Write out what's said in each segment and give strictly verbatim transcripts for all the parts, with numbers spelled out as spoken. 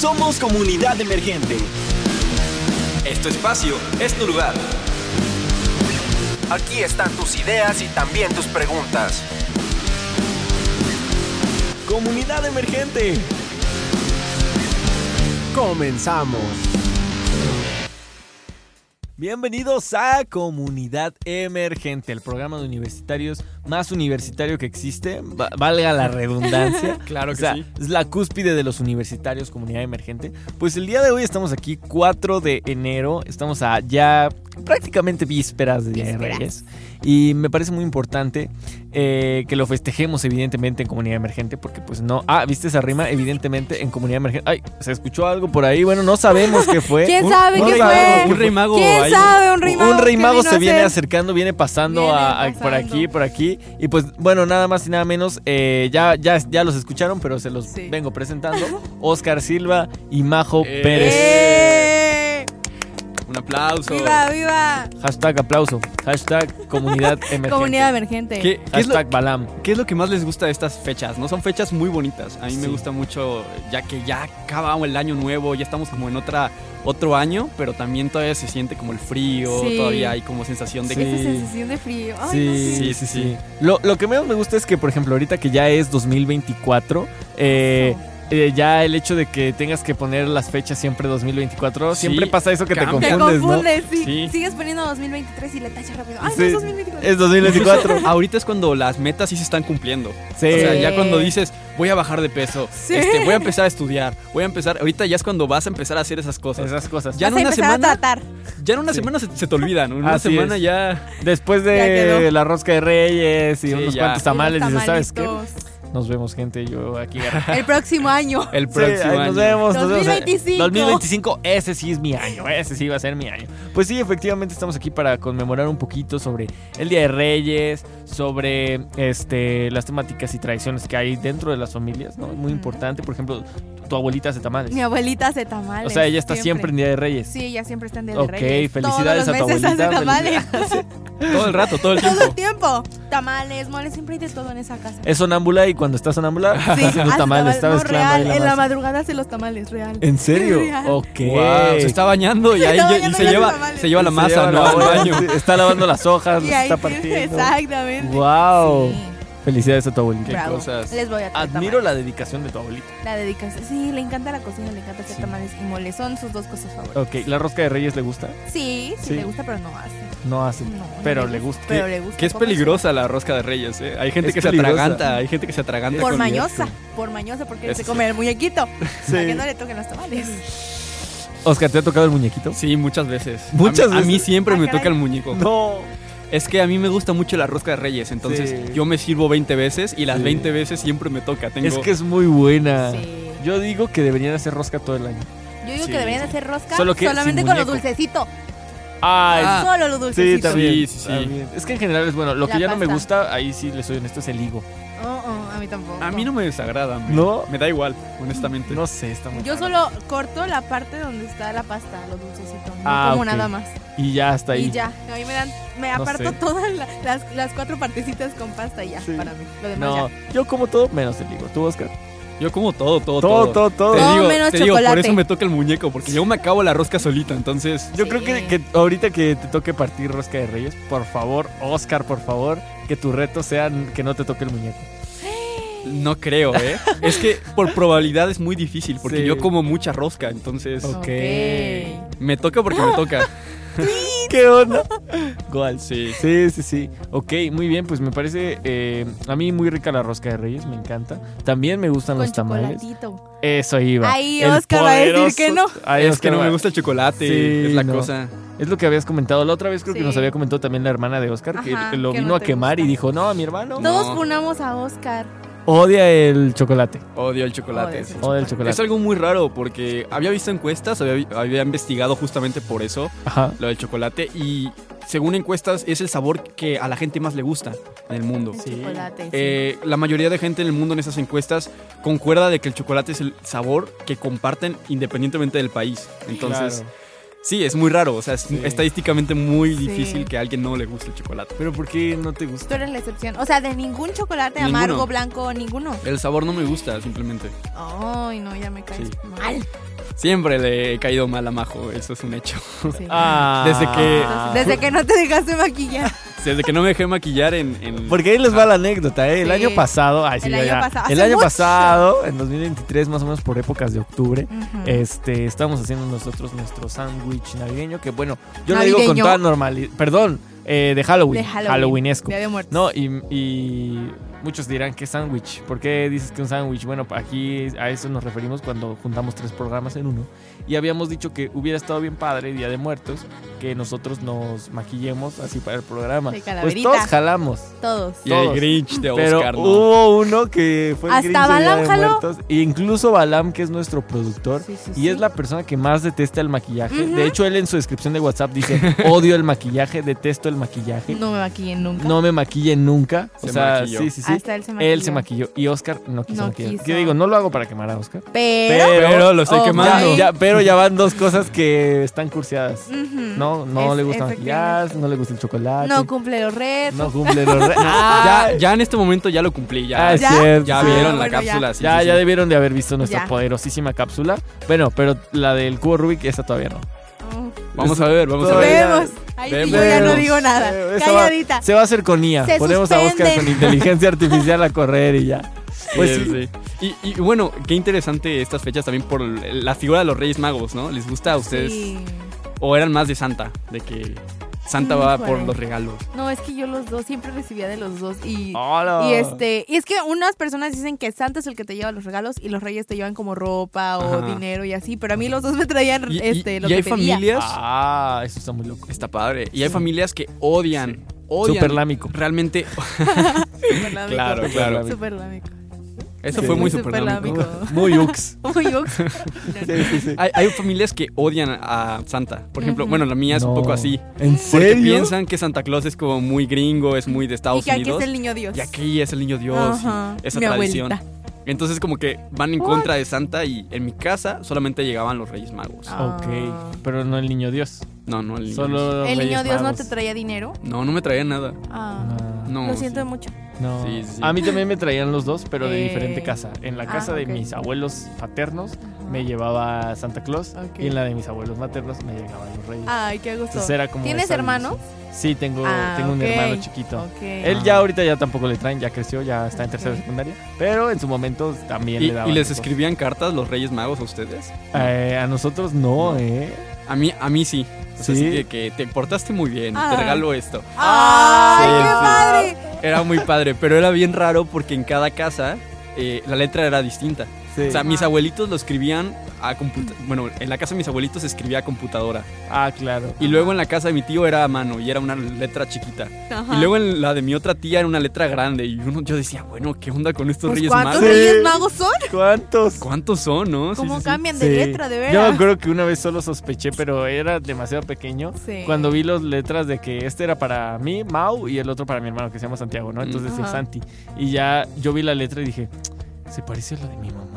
Somos Comunidad Emergente. Es tu espacio, es tu lugar. Aquí están tus ideas y también tus preguntas. Comunidad Emergente. Comenzamos. Bienvenidos a Comunidad Emergente, el programa de universitarios más universitario que existe, va- valga la redundancia. Claro que o sea, sí. Es la cúspide de los universitarios, Comunidad Emergente. Pues el día de hoy estamos aquí, cuatro de enero, estamos a ya prácticamente vísperas de Día de Reyes. Y me parece muy importante eh, que lo festejemos evidentemente en Comunidad Emergente, porque pues no... Ah, ¿viste esa rima? Evidentemente en Comunidad Emergente. Ay, ¿se escuchó algo por ahí? Bueno, no sabemos qué fue. ¿Quién Un- sabe no qué sabemos fue? Un rey mago. ¿Quién ahí. sabe? Un rey mago. Un rey ¿qué mago vino se a viene hacer? acercando, viene pasando, Viene a, a- por pasando. aquí, por aquí. Y pues bueno, nada más y nada menos, eh, ya, ya, ya los escucharon, pero se los Sí. vengo presentando. Oscar Silva y Majo Eh. Pérez. ¡Eh! Un aplauso. ¡Viva, viva! Hashtag aplauso. Hashtag comunidad emergente. Comunidad emergente. ¿Qué, qué es lo, Hashtag Balam. qué es lo que más les gusta de estas fechas? ¿No? Son fechas muy bonitas. A mí me Sí. gusta mucho, ya que ya acaba el año nuevo, ya estamos como en otra otro año, pero también todavía se siente como el frío, Sí. todavía hay como sensación de Sí. que... Esa sensación de frío. Ay, Sí, no sé. sí, Sí, sí, sí, sí. Lo, lo que menos me gusta es que, por ejemplo, ahorita que ya es dos mil veinticuatro, eh, eh, ya el hecho de que tengas que poner las fechas siempre dos mil veinticuatro, Sí, siempre pasa eso que cambia. te Te confundes, confundes, sí. Sí. Sigues poniendo dos mil veintitrés y le tachas rápido. Ay, Sí. no es dos mil veinticuatro. ¿no? Es dos mil veinticuatro. Ahorita es cuando las metas sí se están cumpliendo. Sí. O sea, ya cuando dices, voy a bajar de peso, Sí. este, voy a empezar a estudiar, voy a empezar... Ahorita ya es cuando vas a empezar a hacer esas cosas. Esas cosas. Ya en Vas a una empezar semana... a tratar. Ya en una Sí. semana se, se te olvidan. En una Así semana es. ya... Después Ya de quedó. la rosca de Reyes y Sí, unos ya. cuantos tamales, Y los dices, ¿sabes qué? tamalitos. Nos vemos, gente. Yo aquí. El próximo año. El Sí, próximo ahí año. nos vemos, nos dos mil vemos. veinticinco. dos mil veinticinco, ese sí es mi año, ese sí va a ser mi año. Pues sí, efectivamente estamos aquí para conmemorar un poquito sobre el Día de Reyes, sobre este las temáticas y tradiciones que hay dentro de las familias, ¿no? Muy Ujú. importante, por ejemplo, tu abuelita hace tamales. Mi abuelita hace tamales. O sea, ella está siempre, en Día de Reyes. Sí, ella siempre está en Día Ok, de Reyes. felicidades Todos a tu los meses abuelita, hace tamales. Todo el rato, todo el Todo tiempo. el tiempo. Tamales, moles, siempre hay de todo en esa casa. Es sonámbula y cuando está sonámbula, Sí, está haciendo hace tamales, está no, mezclando real, ahí la en la masa. madrugada hace los tamales, real. ¿En serio? Real. Ok. Wow, se está bañando y Se ahí está y bañando se y hace lleva, tamales. se lleva la Se masa, lleva ¿no? la Al bola, baño. sí, está lavando las hojas, Y las ahí está tiene- partiendo. Exactamente. Wow. Sí, Felicidades a tu abuelita. bravo. cosas. Les voy a traer Admiro tamales. la dedicación de tu abuelita. La dedicación. Sí, le encanta la cocina, le encanta hacer Sí. tamales y moles. Son sus dos cosas favoritas. Ok, ¿la rosca de Reyes le gusta? Sí, sí, Sí. le gusta, pero no hace. No hace, No, no pero le gusta. Pero le gusta. Que es comer peligrosa la rosca de Reyes, ¿eh? Hay gente Es que peligrosa. se atraganta, hay gente que se atraganta Por con mañosa, por mañosa, porque Eso se sí. come el muñequito. Sí. Para que no le toquen los tamales. Oscar, ¿te ha tocado el muñequito? Sí, muchas veces. Muchas a, mí- A mí veces. siempre Ah, me caray. toca el muñeco. No. Es que a mí me gusta mucho la rosca de Reyes, entonces Sí. yo me sirvo veinte veces y las Sí. veinte veces siempre me toca. Tengo... Es que es muy buena. Sí. Yo digo que deberían hacer rosca todo el año. Yo digo Sí, que deberían sí. hacer rosca Solo que solamente sin con lo muñeco. dulcecito. Ay, Ah, Solo lo sí, dulcecito. también, Sí, sí, sí. también. Es que en general es bueno. Lo que La ya no me pasta. gusta, ahí sí le soy honesto, es el higo. Oh, oh, a mí tampoco. A mí no me desagrada. Me, ¿No? Me da igual, honestamente. No sé, está muy Yo raro. solo corto la parte donde está la pasta, lo dulcecito. No Ah, como ok. nada más. Y ya está ahí. Y ya. A mí me dan. Me No aparto sé. todas la- las, las cuatro partecitas con pasta y ya. Sí. Para mí. Lo demás No, ya. yo como todo menos el higo. ¿Tú, Oscar? Yo como todo, todo, Todo, todo. todo, todo. Te No, digo, menos te digo, por chocolate. eso me toca el muñeco, porque yo me acabo la rosca solita, entonces... Yo Sí. creo que, que ahorita que te toque partir rosca de Reyes, por favor, Oscar, por favor, que tu reto sea que no te toque el muñeco. No creo, ¿eh? Es que por probabilidad es muy difícil, porque Sí. yo como mucha rosca, entonces... Ok. Me toca porque me toca. ¿Qué onda? Igual. Sí. Sí, sí, sí. Ok, muy bien, pues me parece eh, a mí muy rica la rosca de Reyes, me encanta. También me gustan Con los tamales. chocolatito. Eso iba. Ahí El Oscar va a decir poderoso- que no. Ahí Es Oscar que no va- me gusta el chocolate, Sí, es la no. cosa. Es lo que habías comentado la otra vez, creo que Sí. nos había comentado también la hermana de Oscar, Ajá, que lo que vino no a te quemar gusta. y dijo, no, a mi hermano No. Todos funamos a Oscar. odia el chocolate. Odio el chocolate. Odio sí. el Odia el chocolate. Es algo muy raro porque había visto encuestas, había, había investigado justamente por eso, Ajá. lo del chocolate, y según encuestas es el sabor que a la gente más le gusta en el mundo. El Sí. chocolate. sí. Eh, la mayoría de gente en el mundo en esas encuestas concuerda de que el chocolate es el sabor que comparten independientemente del país. Entonces, Claro. sí, es muy raro. O sea, es Sí. estadísticamente muy Sí. difícil que a alguien no le guste el chocolate. Pero ¿por qué no te Tú gusta? eres la excepción. O sea, de ningún chocolate Ninguno. amargo, blanco, ninguno. El sabor no me gusta, simplemente. Ay, no, ya me caes Sí. mal. Siempre le he caído mal a Majo, eso es un hecho. Sí. Ah. Desde que- Entonces, desde que no te dejaste maquillar. Desde que no me dejé maquillar en... en- Porque ahí les va la anécdota, ¿eh? El Sí. año pasado, ay, sí, El ya, año ya. pasado, el hace año mucho. pasado, en dos mil veintitrés, más o menos por épocas de octubre, Ujú. este, estábamos haciendo nosotros nuestro sándwich navideño, que bueno, yo le digo con ¿Navideño? toda normalidad, perdón, eh, de Halloween, De Halloween. Halloweenesco. Día de Muertos. No, y, y muchos dirán, ¿qué sándwich? ¿Por qué dices que un sándwich? Bueno, aquí a eso nos referimos cuando juntamos tres programas en uno. Y habíamos dicho que hubiera estado bien padre, Día de Muertos, que nosotros nos maquillemos así para el programa. De Pues calaverita. todos jalamos. Todos. Y el todos. Grinch de Pero Oscar, ¿no? hubo uno que fue el Hasta Grinch de Día Balam de jaló. Muertos. E incluso Balam, que es nuestro productor. Sí, sí, Y sí. es la persona que más detesta el maquillaje. Ujú. De hecho, él en su descripción de WhatsApp dice, odio el maquillaje, detesto el maquillaje. No me maquillé nunca. No me maquillen nunca. Se o sea, maquilló. sí, sí, sí. Hasta él se maquilló. Él se maquilló. Y Oscar no quiso No maquillar. quiso. Yo digo, no lo hago para quemar a Oscar. Pero. Pero lo estoy Oh, quemando. my. Ya, pero ya van dos cosas que están curseadas. Ujú. No, no Es- le gusta maquillar, efectivamente. no le gusta el chocolate. No cumple los retos. no cumple los re- Ya, Ay. ya en este momento ya lo cumplí, ya. Ah, es ¿Ya? cierto. Ya Ah, vieron la bueno, ya. cápsula. sí, Ya, sí, ya sí. debieron de haber visto nuestra Ya. poderosísima cápsula. Bueno, pero la del cubo Rubik, esa todavía no. Oh. Vamos a ver, vamos a Todavía- ver. Vemos. Ahí sí, Vemos. yo ya no digo nada. Eh, esa va- Calladita. se va a hacer con I A. Se Ponemos a Oscar suspenden. con inteligencia artificial a correr y ya. Pues Sí, sí. sí. Y, y bueno, qué interesante estas fechas también por el- la figura de los Reyes Magos, ¿no? ¿Les gusta a ustedes? Sí. ¿O eran más de Santa? De que Santa va Híjole. por los regalos. No, es que yo los dos siempre recibía de los dos y Hola. y este y es que unas personas dicen que Santa es el que te lleva los regalos y los Reyes te llevan como ropa o Ajá. dinero y así, pero a mí los dos me traían Y, y- este lo y que hay pedía. familias... Ah, eso está muy loco. Está padre. Y hay familias que odian, odian Superlámico. realmente... Superlámico. Claro, claro. Superlámico. Eso Sí. fue muy Superlámico. superlámico. Muy ux. Muy ux. Sí, sí, sí. Hay, hay familias que odian a Santa. Por ejemplo, Ujú. bueno, la mía es un No. poco así. ¿En Porque serio? piensan que Santa Claus es como muy gringo, es muy de Y Estados que aquí Unidos. es el niño Dios. Y aquí es el niño Dios. y Ajá. esa Mi tradición. abuelita. Entonces como que van en What? contra de Santa y en mi casa solamente llegaban los Reyes Magos. Ah. Ok, pero no el niño Dios. No, no, el niño Dios. Solo los ¿El niño Reyes Dios no Magos. te traía dinero? No, no me traían nada. Ah. No, Lo siento sí. mucho. No. Sí, sí. A mí también me traían los dos, pero de Eh. diferente casa. En la Ah, casa de ok. mis abuelos paternos me llevaba Santa Claus Ok. y en la de mis abuelos maternos me llegaban los Reyes. Ay, qué gusto. Entonces era como ¿Tienes esa hermanos? división. Sí, tengo, Ah, tengo un ok. hermano chiquito. Ok. Él ya ahorita ya tampoco le traen, ya creció, ya está en tercera Ok. secundaria. Pero en su momento también ¿Y, le daban. y les cosas. escribían cartas los Reyes Magos a ustedes? Eh, a nosotros no, ¿eh? A mí, a mí sí. O sea, ¿Sí? así de que te portaste muy bien, Ah. te regalo esto. ¡Ay, Sí, qué sí. padre! Era muy padre, pero era bien raro porque en cada casa eh, la letra era distinta. Sí. O sea, mis Ajá. abuelitos lo escribían a computadora. Bueno, en la casa de mis abuelitos se escribía a computadora. Ah, claro. Y luego en la casa de mi tío era a mano y era una letra chiquita. Ajá. Y luego en la de mi otra tía era una letra grande. Y uno, yo decía, bueno, ¿qué onda con estos Pues, Reyes ¿cuántos Magos? Reyes Sí. Magos son? ¿Cuántos? ¿Cuántos son, no? Sí, ¿Cómo sí, sí. cambian de Sí. letra, de veras? Yo me acuerdo que una vez solo sospeché, pero era demasiado pequeño. Sí. Cuando vi las letras de que este era para mí, Mau, y el otro para mi hermano, que se llama Santiago, ¿no? Entonces Ajá. el Santi. Y ya yo vi la letra y dije, se parece a la de mi mamá.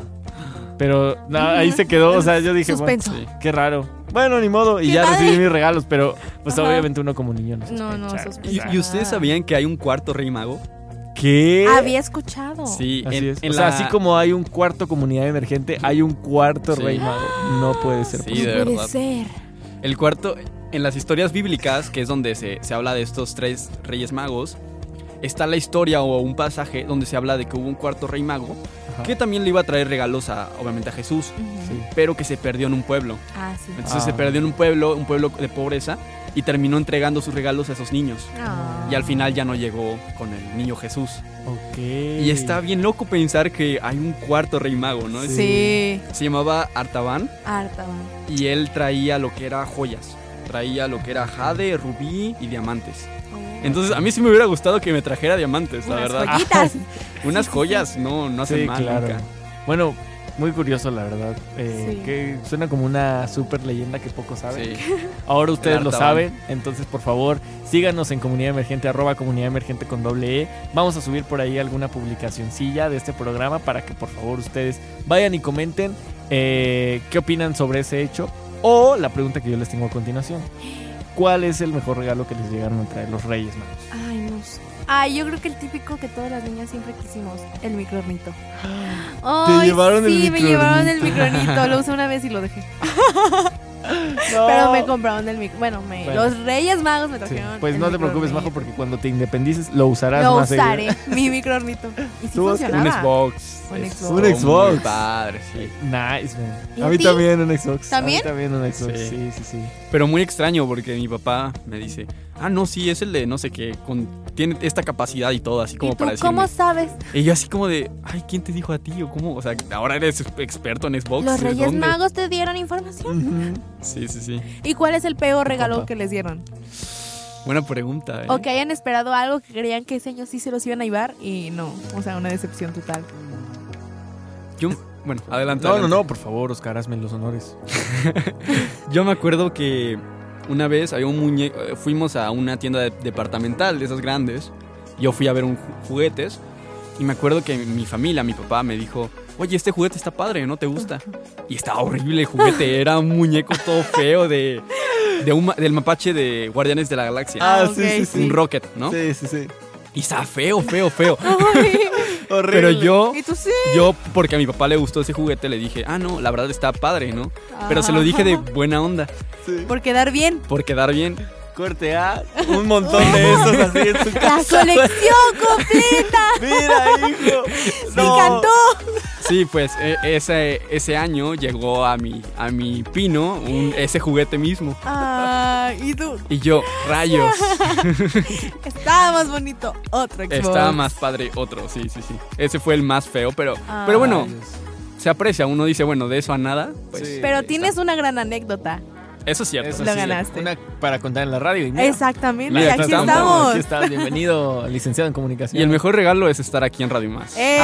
Pero na, ahí se quedó, o sea, yo dije, bueno, Suspenso. Sí. qué raro. Bueno, ni modo. Y ¡Qué ya padre! recibí mis regalos, pero pues Ajá. obviamente uno como niño no No, no, sospecha. sospecha. ¿Y, y ustedes sabían que hay un cuarto Rey Mago? ¿Qué? Había escuchado. Sí, Así en, es. en o sea, la- así como hay un cuarto comunidad emergente, hay un cuarto Sí. rey mago. No puede ser Sí, posible. de Puede verdad. ser. El cuarto, en las historias bíblicas, que es donde se, se habla de estos tres Reyes Magos, está la historia o un pasaje donde se habla de que hubo un cuarto Rey Mago Ajá. que también le iba a traer regalos a, obviamente, a Jesús, Ujú. Sí. pero que se perdió en un pueblo. Ah, sí. Entonces Ah. se perdió en un pueblo, un pueblo de pobreza, y terminó entregando sus regalos a esos niños. Ah. Y al final ya no llegó con el niño Jesús. Ok. Y está bien loco pensar que hay un cuarto Rey Mago, ¿no? Sí. Se llamaba Artaban Harta. y él traía lo que era joyas. Traía lo que era jade, rubí y diamantes. Entonces a mí sí me hubiera gustado que me trajera diamantes, la Unas verdad. joyitas. Unas Sí, sí, joyas no, no hacen Sí, mal claro. nunca. Bueno, muy curioso, la verdad. Eh, Sí. Que suena como una super leyenda que pocos saben. Sí. Ahora ustedes El lo Artaban. saben, entonces por favor síganos en Comunidad Emergente, arroba Comunidad Emergente con doble E. Vamos a subir por ahí alguna publicacioncilla de este programa para que por favor ustedes vayan y comenten eh, qué opinan sobre ese hecho o la pregunta que yo les tengo a continuación. ¿cuál es el mejor regalo que les llegaron a traer los Reyes Magos? Ay, no sé. Ay, yo creo que el típico que todas las niñas siempre quisimos, el microornito. Ay, llevaron el sí, me llevaron el microornito. microornito. Lo usé una vez y lo dejé. No. Pero me compraron el micro. Bueno, me, Bueno. los Reyes Magos me Sí, trajeron. pues el no te preocupes, microornito. Majo, porque cuando te independices lo usarás Lo más seguido. usaré, mi microornito. Y sí Tú, funcionaba. Un Xbox. Un Es Xbox. Un muy Xbox. padre, sí. Nice, man. ¿Y A a mí ti? también un Xbox. ¿También? A mí también un Xbox, sí, Sí. sí, sí. Pero muy extraño porque mi papá me dice, ah, no, sí, es el de no sé qué, con, tiene esta capacidad y todo, así como ¿Y tú para decirme. cómo sabes? Y yo así como de, ay, ¿quién te dijo a ti o cómo? O sea, ahora eres experto en Xbox. Los ¿de Reyes dónde? Magos te dieron información. Ujú. Sí, sí, sí. ¿Y cuál es el peor regalo Compa. que les dieron? Buena pregunta, ¿eh? O que hayan esperado algo que creían que ese año sí se los iban a llevar y no. O sea, una decepción total. Yo, bueno, adelante. No, no, adelante. no, por favor, Oscar, hazme los honores. Yo me acuerdo que una vez había un muñeco, eh, fuimos a una tienda de- departamental de esas grandes. Yo fui a ver un ju- juguetes y me acuerdo que mi familia, mi papá me dijo, oye, este juguete está padre, ¿no te gusta? Y estaba horrible el juguete, era un muñeco todo feo de, de un ma- del mapache de Guardianes de la Galaxia. Ah, sí, ok, sí, sí. Un Rocket, ¿no? Sí, sí, sí. Y estaba feo, feo, feo. Ay, Horrible. Pero yo, ¿y tú sí? yo, porque a mi papá le gustó ese juguete, le dije, ah, no, la verdad está padre, ¿no? Pero se lo dije de buena onda, Sí. Por quedar bien. por quedar bien. Corte A, un montón de esos así en su ¡La casa. colección completa! Mira, hijo. ¡Me encantó! Sí, pues e- ese, ese año llegó a mi, a mi pino un- ese juguete mismo. Ay, y tú, Y yo, rayos, estaba más bonito otro Xbox. estaba más padre otro, sí, sí, sí. Ese fue el más feo, pero, pero bueno, se aprecia. Uno dice, bueno, de eso a nada, pues Sí. Pero ahí tienes está. una gran anécdota. Eso es cierto. Eso Lo sí, ganaste. Una para contar en la radio. Y mira, Exactamente, Mira, aquí aquí estamos. estamos, Aquí estás, bienvenido, licenciado en comunicación. Y el mejor regalo es estar aquí en Radio Más. ¡Eh!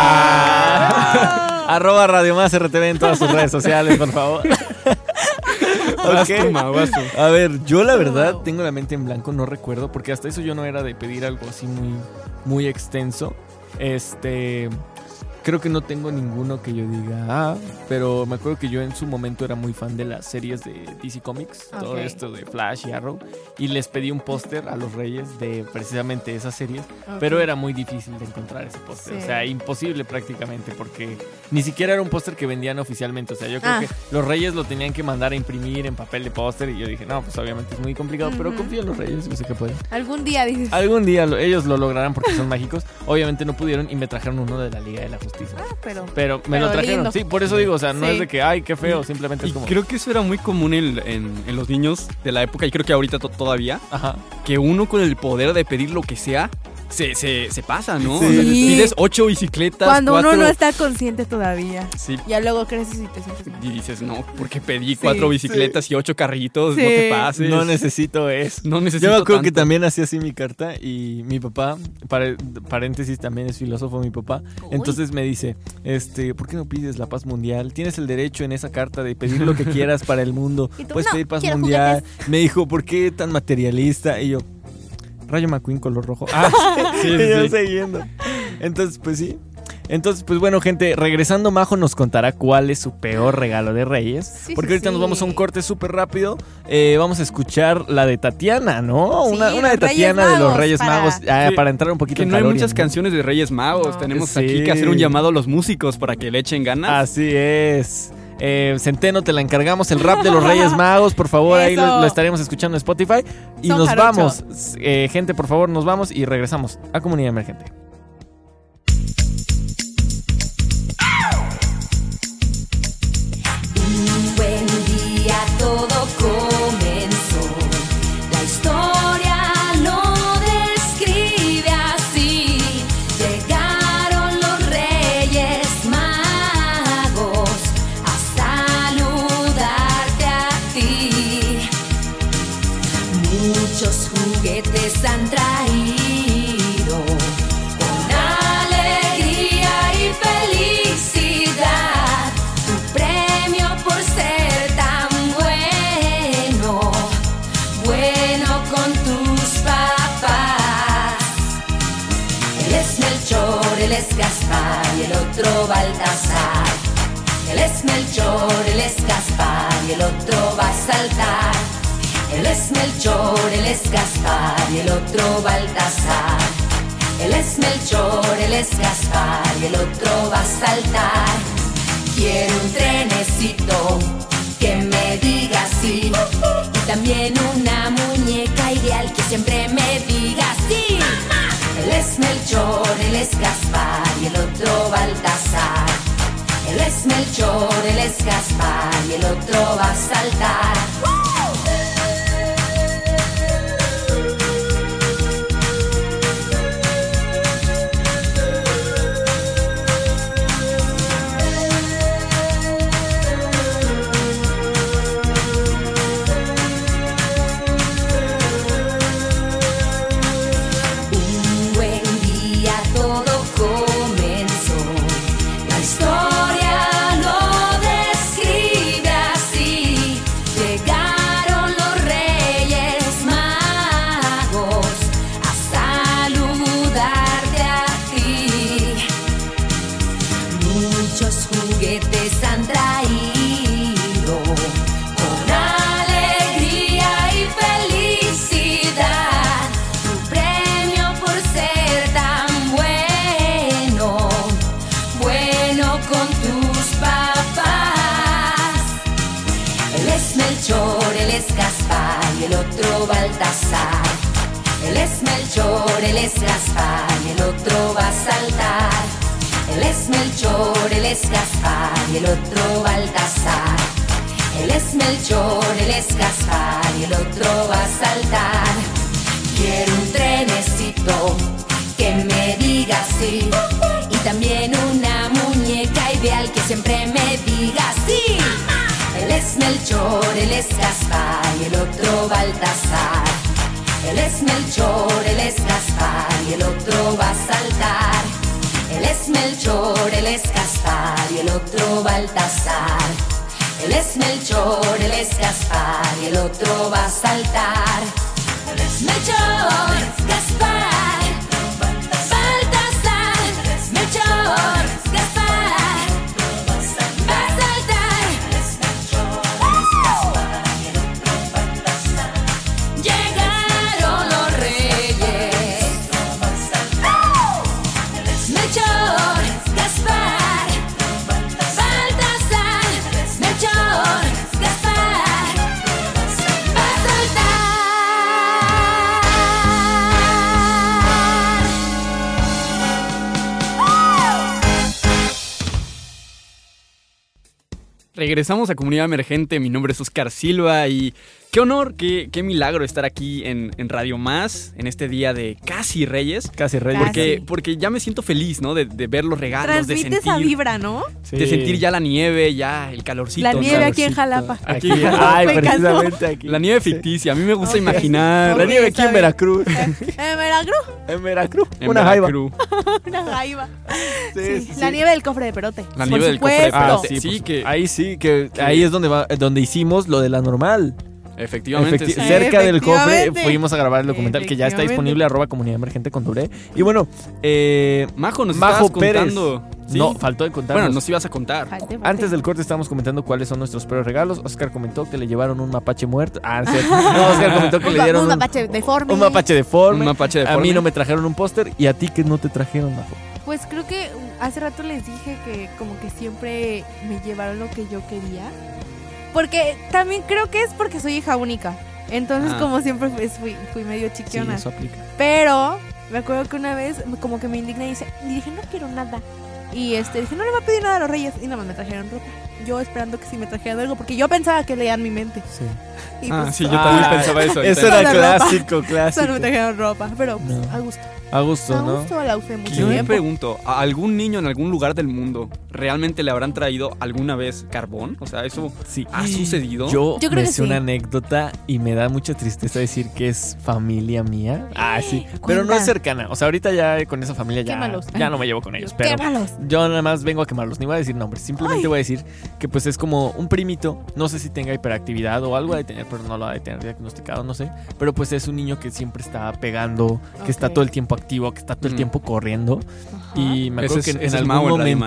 Ah. Arroba Radio Más R T V en todas sus redes sociales, por favor. Vas Ok. tú, Ma, vas tú. A ver, yo la verdad Wow. tengo la mente en blanco, no recuerdo, porque hasta eso yo no era de pedir algo así muy, muy extenso. Este, creo que no tengo ninguno que yo diga, ah, pero me acuerdo que yo en su momento era muy fan de las series de D C Comics, todo Ok. esto de Flash y Arrow, y les pedí un póster a los Reyes de precisamente esas series, Ok. pero era muy difícil de encontrar ese póster, Sí. o sea, imposible prácticamente, porque ni siquiera era un póster que vendían oficialmente, o sea, yo creo Ah. que los Reyes lo tenían que mandar a imprimir en papel de póster, y yo dije, no, pues obviamente es muy complicado, pero Ujú. confío en los Reyes, yo sé que pueden. Algún día dices, Algún día lo- ellos lo lograrán porque son mágicos, obviamente no pudieron y me trajeron uno de la Liga de la Justicia. ah, pero... Pero me Pero lo trajeron, lindo. sí, por eso digo, o sea, no Sí. es de que, ay, qué feo, simplemente Y es como... creo que eso era muy común en, en- en los niños de la época, y creo que ahorita to- todavía, Ajá. que uno con el poder de pedir lo que sea, se, se, se pasa, ¿no? Sí. O sea, pides ocho bicicletas, Cuando cuatro... uno no está consciente todavía. Sí, Ya luego creces y te sientes mal. y dices, no, porque pedí Sí, cuatro bicicletas y ocho carritos, Sí. no te pases. No necesito eso. No necesito Yo me acuerdo que tanto. también hacía así mi carta y mi papá, pare- paréntesis, también es filósofo mi papá, entonces me dice, este, ¿por qué no pides la paz mundial? Tienes el derecho en esa carta de pedir lo que quieras para el mundo. Y tú, Puedes "No, pedir paz quiero mundial. Me dijo, ¿por qué tan materialista? Y yo, Rayo McQueen color rojo. Ah, sí, y yo sí. siguiendo. Entonces, pues sí. Entonces, pues bueno, gente, regresando, Majo nos contará cuál es su peor regalo de Reyes. Sí, porque sí, ahorita sí. nos vamos a un corte súper rápido. Eh, vamos a escuchar la de Tatiana, ¿no? Sí, una una de los Reyes Tatiana de los Magos, Reyes para- Magos, ah, Sí, para entrar un poquito Que en no hay calor y muchas en- canciones de Reyes Magos. No. Tenemos Sí. aquí que hacer un llamado a los músicos para que le echen ganas. Así es. Eh, Centeno, te la encargamos. El rap de los Reyes Magos, por favor, ahí Eso. lo, lo estaremos escuchando en Spotify. Y Son nos jarocho. vamos. Eh, gente, por favor, nos vamos y regresamos a Comunidad Emergente. Un buen día todo comenzó. La historia lo describe así. Llegaron los Reyes Magos a saludarte a ti. Muchos juguetes han traído con alegría y felicidad. Tu premio por ser tan bueno, bueno con tus papás. Él es Melchor, él es Gaspar y el otro Baltasar. Él es Melchor, él es Gaspar y el otro va a saltar. Él es Melchor, él es Gaspar y el otro Baltasar. Él es Melchor, él es Gaspar y el otro va a saltar. Quiero un trenecito que me diga sí, y también una muñeca ideal que siempre me diga sí. Él es Melchor, él es Gaspar y el otro Baltasar. Él es Melchor, él es Gaspar y el otro va a saltar. Baltasar. Él es Melchor, él es Gaspar y el otro va a saltar. Él es Melchor, él es Gaspar y el otro Baltasar. Él es Melchor, él es Gaspar y el otro va a saltar. Quiero un trenecito que me diga sí, y también una muñeca ideal que siempre me diga sí. Él es Melchor, él es Gaspar y el otro Baltasar. Él es Melchor, él es Gaspar y el otro va a saltar. Él es Melchor, él es Gaspar y el otro Baltasar. Él es Melchor, él es Gaspar y el otro va a saltar. Él es Melchor, Gaspar, Baltasar. Melchor, Gaspar, va a saltar. Llegaron los reyes. Melchor, Gaspar, Baltasar. Melchor, Gaspar, va a saltar. Regresamos a Comunidad Emergente, mi nombre es Oscar Silva y qué honor, qué, qué milagro estar aquí en, en Radio Más, en este día de casi Reyes. Casi Reyes. Porque, porque ya me siento feliz, ¿no? De, de ver los regalos, de Transmite sentir, esa vibra, ¿no? Sí. de sentir ya la nieve, ya el calorcito. La ¿no? nieve aquí en calorcito. Jalapa. Aquí, Aquí. ay, Me encantó. precisamente aquí. La nieve ficticia, a mí me gusta Ok. imaginar. La Ok, nieve aquí está en bien. Veracruz. Eh, Veracruz, En Veracruz. En Una jaiba. Veracruz. una jaiba. Sí, Sí, sí, la sí. nieve del cofre de perote. La Por nieve del cofre de supuesto. Ah, perote. sí, Sí, pues, que- ahí sí, que que- ahí es donde va, donde hicimos lo de la normal. Efectivamente, Efecti- sí. cerca del cofre Efectivamente. fuimos a grabar el documental que ya está Efectivamente. disponible, arroba comunidad emergente con doble. Y bueno, eh, Majo, nos Majo estabas Pérez. contando. ¿sí? No, faltó de contarnos. Bueno, nos ibas a contar. Falte, falte. Antes del corte estábamos comentando cuáles son nuestros peores regalos. Oscar comentó que le llevaron un mapache muerto. Ah, no, es cierto. No, Oscar comentó que Un le ma- dieron un un, mapache deforme. un mapache deforme. Un mapache A mí deforme. no me trajeron un póster y a ti que no te trajeron, Majo. Pues creo que hace rato les dije que como que siempre me llevaron lo que yo quería. Porque también creo que es porque soy hija única. Entonces Ah. como siempre pues, fui, fui medio chiquiona. eso aplica. Pero me acuerdo que una vez como que me indigné y, dice, y dije, no quiero nada. Y este dije, no le voy a pedir nada a los reyes. Y nada más me trajeron ropa. Yo esperando que sí me trajeran algo, porque yo pensaba que leían mi mente. Sí. Y Ah, pues, sí, yo también Ah, pensaba eso. Eso ahorita. era Solo ropa. clásico, clásico. solo me trajeron ropa. Pero pues, No. a gusto. A gusto, A ¿no? gusto la usé mucho Yo me tiempo. pregunto, ¿a algún niño en algún lugar del mundo realmente le habrán traído alguna vez carbón? O sea, ¿eso Sí. ha sucedido? Yo, Yo creo me que sé sí. una anécdota y me da mucha tristeza decir que es familia mía. Ah, sí. Pero no Cuenta. es cercana. O sea, ahorita ya con esa familia ya, Quémalos. ya no me llevo con ellos. Pero Quémalos. yo nada más vengo a quemarlos. Ni voy a decir nombres. Simplemente Ay. voy a decir que pues es como un primito. No sé si tenga hiperactividad o algo de tener, pero no lo ha de tener diagnosticado, no sé. Pero pues es un niño que siempre está pegando, que está Ok. todo el tiempo activo, que está todo el Mm. tiempo corriendo. Ajá. Y me acuerdo Ese es- que en, ese en es algún Mau en Radio momento, Más.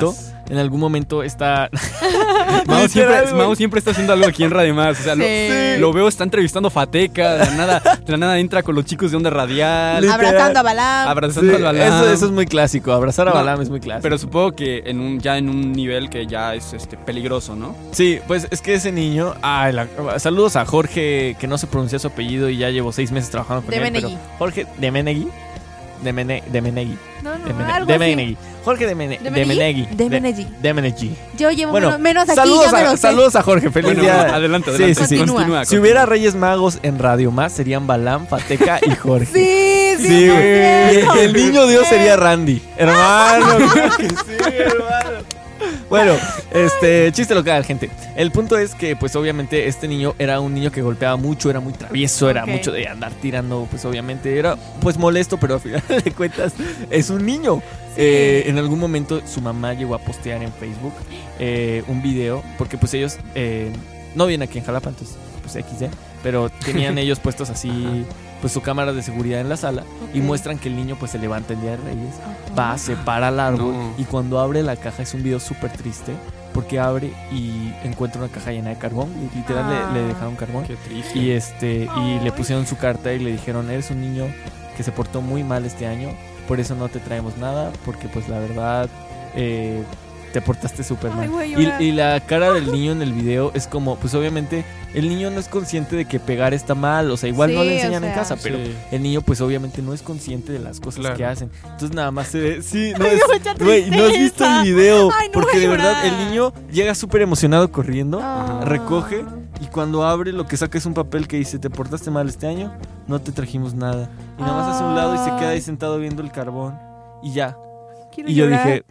en algún momento está... Mau siempre, Literal, güey. Mau siempre está haciendo algo aquí en Radio Más. O sea, lo, Sí. lo veo, está entrevistando a Fateca. De la nada, de la nada entra con los chicos de Onda Radial. Literal. Abrazando a Balam. Abrazando Sí, al Balam. eso, eso es muy clásico. Abrazar a No, Balam es muy clásico. Pero supongo que en un, ya en un nivel que ya es este peligroso, ¿no? Sí, pues es que ese niño... Ay, la- saludos a Jorge, que no se pronuncia su apellido y ya llevo seis meses trabajando con De él. Menegui. Pero Jorge de Menegui. De, Mene, de Menegui. No, no, De, Mene- algo de así. Menegui. Jorge de, Mene, ¿De de Menegui? Menegui. De Menegui. De Menegui. Yo llevo Bueno, menos, menos aquí, saludos, ya me a, lo sé. saludos a Jorge. Feliz Bueno, día. adelante, Sí, adelante. sí, sí. Continúa. Continúa, Si hubiera Reyes Magos en Radio Más, serían Balam, Fateca y Jorge. Sí, sí, Sí, güey. es cierto. Y el niño Dios sería Randy. Hermano, claro que sí, hermano. Bueno, este, chiste local, gente. El punto es que, pues, obviamente, este niño era un niño que golpeaba mucho, era muy travieso, era Ok. mucho de andar tirando, pues, obviamente, era, pues, molesto, pero al final de cuentas, es un niño. Eh, en algún momento, su mamá llegó a postear en Facebook eh, un video, porque, pues, ellos eh, no viven aquí en Jalapa, entonces, pues, equis de, pero tenían ellos puestos así, pues, su cámara de seguridad en la sala y Ok. muestran que el niño, pues, se levanta el día de Reyes, Ajá. va, se para al árbol No. y cuando abre la caja es un video súper triste porque abre y encuentra una caja llena de carbón y literal Ah. le, le dejaron carbón Qué triste. y este y le Ay. pusieron su carta y le dijeron eres un niño que se portó muy mal este año, por eso no te traemos nada porque pues la verdad eh, te portaste súper Ay, mal. voy a Y, llorar. y la cara del niño en el video es como, pues obviamente el niño no es consciente de que pegar está mal, o sea, igual no Sí, le o enseñan en sea. casa, pero Sí. el niño pues obviamente no es consciente de las cosas Claro. que hacen. Entonces nada más se ve, sí, no Ay, es, me da mucha güey, no has visto el tristeza. video, Ay, no porque voy a de verdad llorar. el niño llega súper emocionado corriendo, Ah. recoge y cuando abre lo que saca es un papel que dice, te portaste mal este año, no te trajimos nada. Y nada más hace un lado y se queda ahí Ay. sentado viendo el carbón y ya. Quiero Y yo llorar. dije,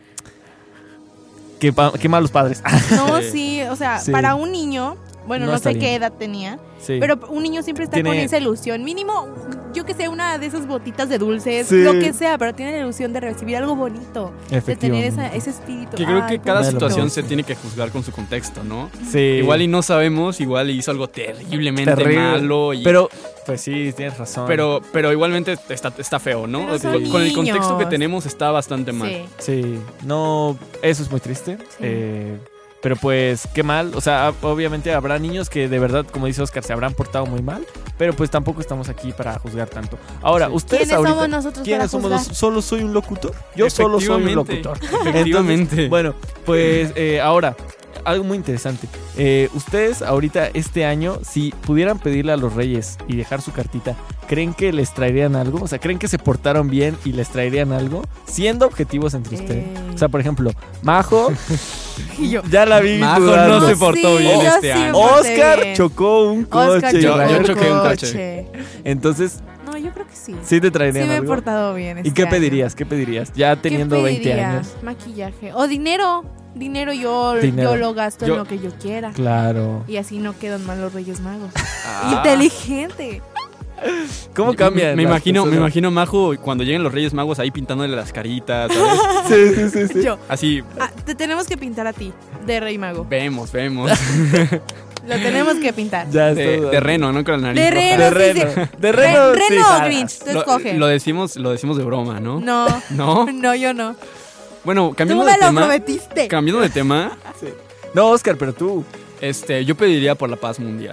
qué, pa- qué malos padres. No, Sí. sí, o sea, Sí. para un niño, bueno, No no, está sé qué bien. edad tenía, Sí. pero un niño siempre está Tiene- con esa ilusión. Mínimo, yo que sé, una de esas botitas de dulces, Sí. lo que sea, pero tiene la ilusión de recibir algo bonito, de tener esa, Efectivamente. ese espíritu. Que creo Ay, que cada Bueno, situación pues. se tiene que juzgar con su contexto, ¿no? Sí. Igual y no sabemos, igual y hizo algo terriblemente Terrible. malo. Y, Pero, pues sí, tienes razón. pero, pero igualmente está, está feo, ¿no? Pero son con, con el contexto que niños. tenemos está bastante mal. Sí. Sí, no, eso es muy triste. Sí. eh, pero pues, qué mal. O sea, obviamente habrá niños que de verdad, como dice Oscar, se habrán portado muy mal. Pero pues tampoco estamos aquí para juzgar tanto. Ahora, Sí. ustedes ¿Quiénes ahorita... somos nosotros para ¿Quiénes somos? juzgar? Los- solo soy un locutor. Yo solo soy un Efectivamente. locutor. Efectivamente. Entonces, bueno, pues eh, ahora, algo muy interesante. Eh, ustedes ahorita, este año, si pudieran pedirle a los reyes y dejar su cartita, ¿creen que les traerían algo? O sea, ¿creen que se portaron bien y les traerían algo? Siendo objetivos entre ustedes. Eh. O sea, por ejemplo, Majo, Y yo, ya la vi Majo dudando. no se portó sí, bien yo este sí me año. porté Oscar bien. chocó un coche. Oscar Yo- chocó yo un choqué un coche. Entonces, No, yo creo que sí. ¿sí te Sí traerían me he algo? portado bien. ¿Y este qué año. pedirías? ¿Qué pedirías? Ya ¿Qué teniendo veinte pediría? años. Maquillaje. O dinero. Dinero yo, Dinero. yo lo gasto Yo- en lo que yo quiera. Claro. Y así no quedan mal los Reyes Magos. Ah. Inteligente. ¿Cómo cambian? Me las imagino, me personas? imagino a Majo cuando lleguen los Reyes Magos ahí pintándole las caritas, ¿sabes? Sí, sí, sí, sí. Yo. Así, Ah, te tenemos que pintar a ti, de Rey Mago. vemos, vemos. Lo tenemos que pintar. Ya De, estoy- de reno, ¿no? Con la nariz De roja. reno, De sí, reno. sí. De Re- reno. sí, reno o jala. Grinch, tú Lo, escoge. lo decimos, lo decimos de broma, ¿no? No, ¿No? no, yo no. Bueno, Tú cambiando me de lo tema. prometiste. Cambiando de tema, No, Oscar, pero tú. este, yo pediría por la paz mundial.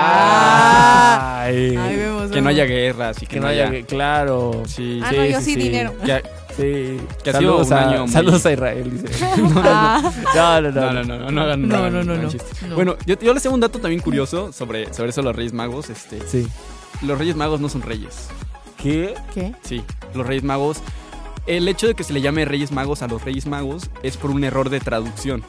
Ah. Ay. Ahí vemos. Que no vemos. haya guerras y que, Que no haya. Claro. Sí, Ah, sí. no, yo sí, dinero. Que- Sí. Que ha sido saludos, un a, año muy- saludos a Israel, dice. Ah. No, no, No, no. no, no, no, no hagan No, hagan- no, no, hagan no. chistes. No. Bueno, yo, yo les tengo un dato también curioso sobre, sobre eso de los Reyes Magos. Este, Sí. los Reyes Magos no son reyes. ¿Qué? ¿Qué? Sí, los Reyes Magos. El hecho de que se le llame Reyes Magos a los Reyes Magos es por un error de traducción.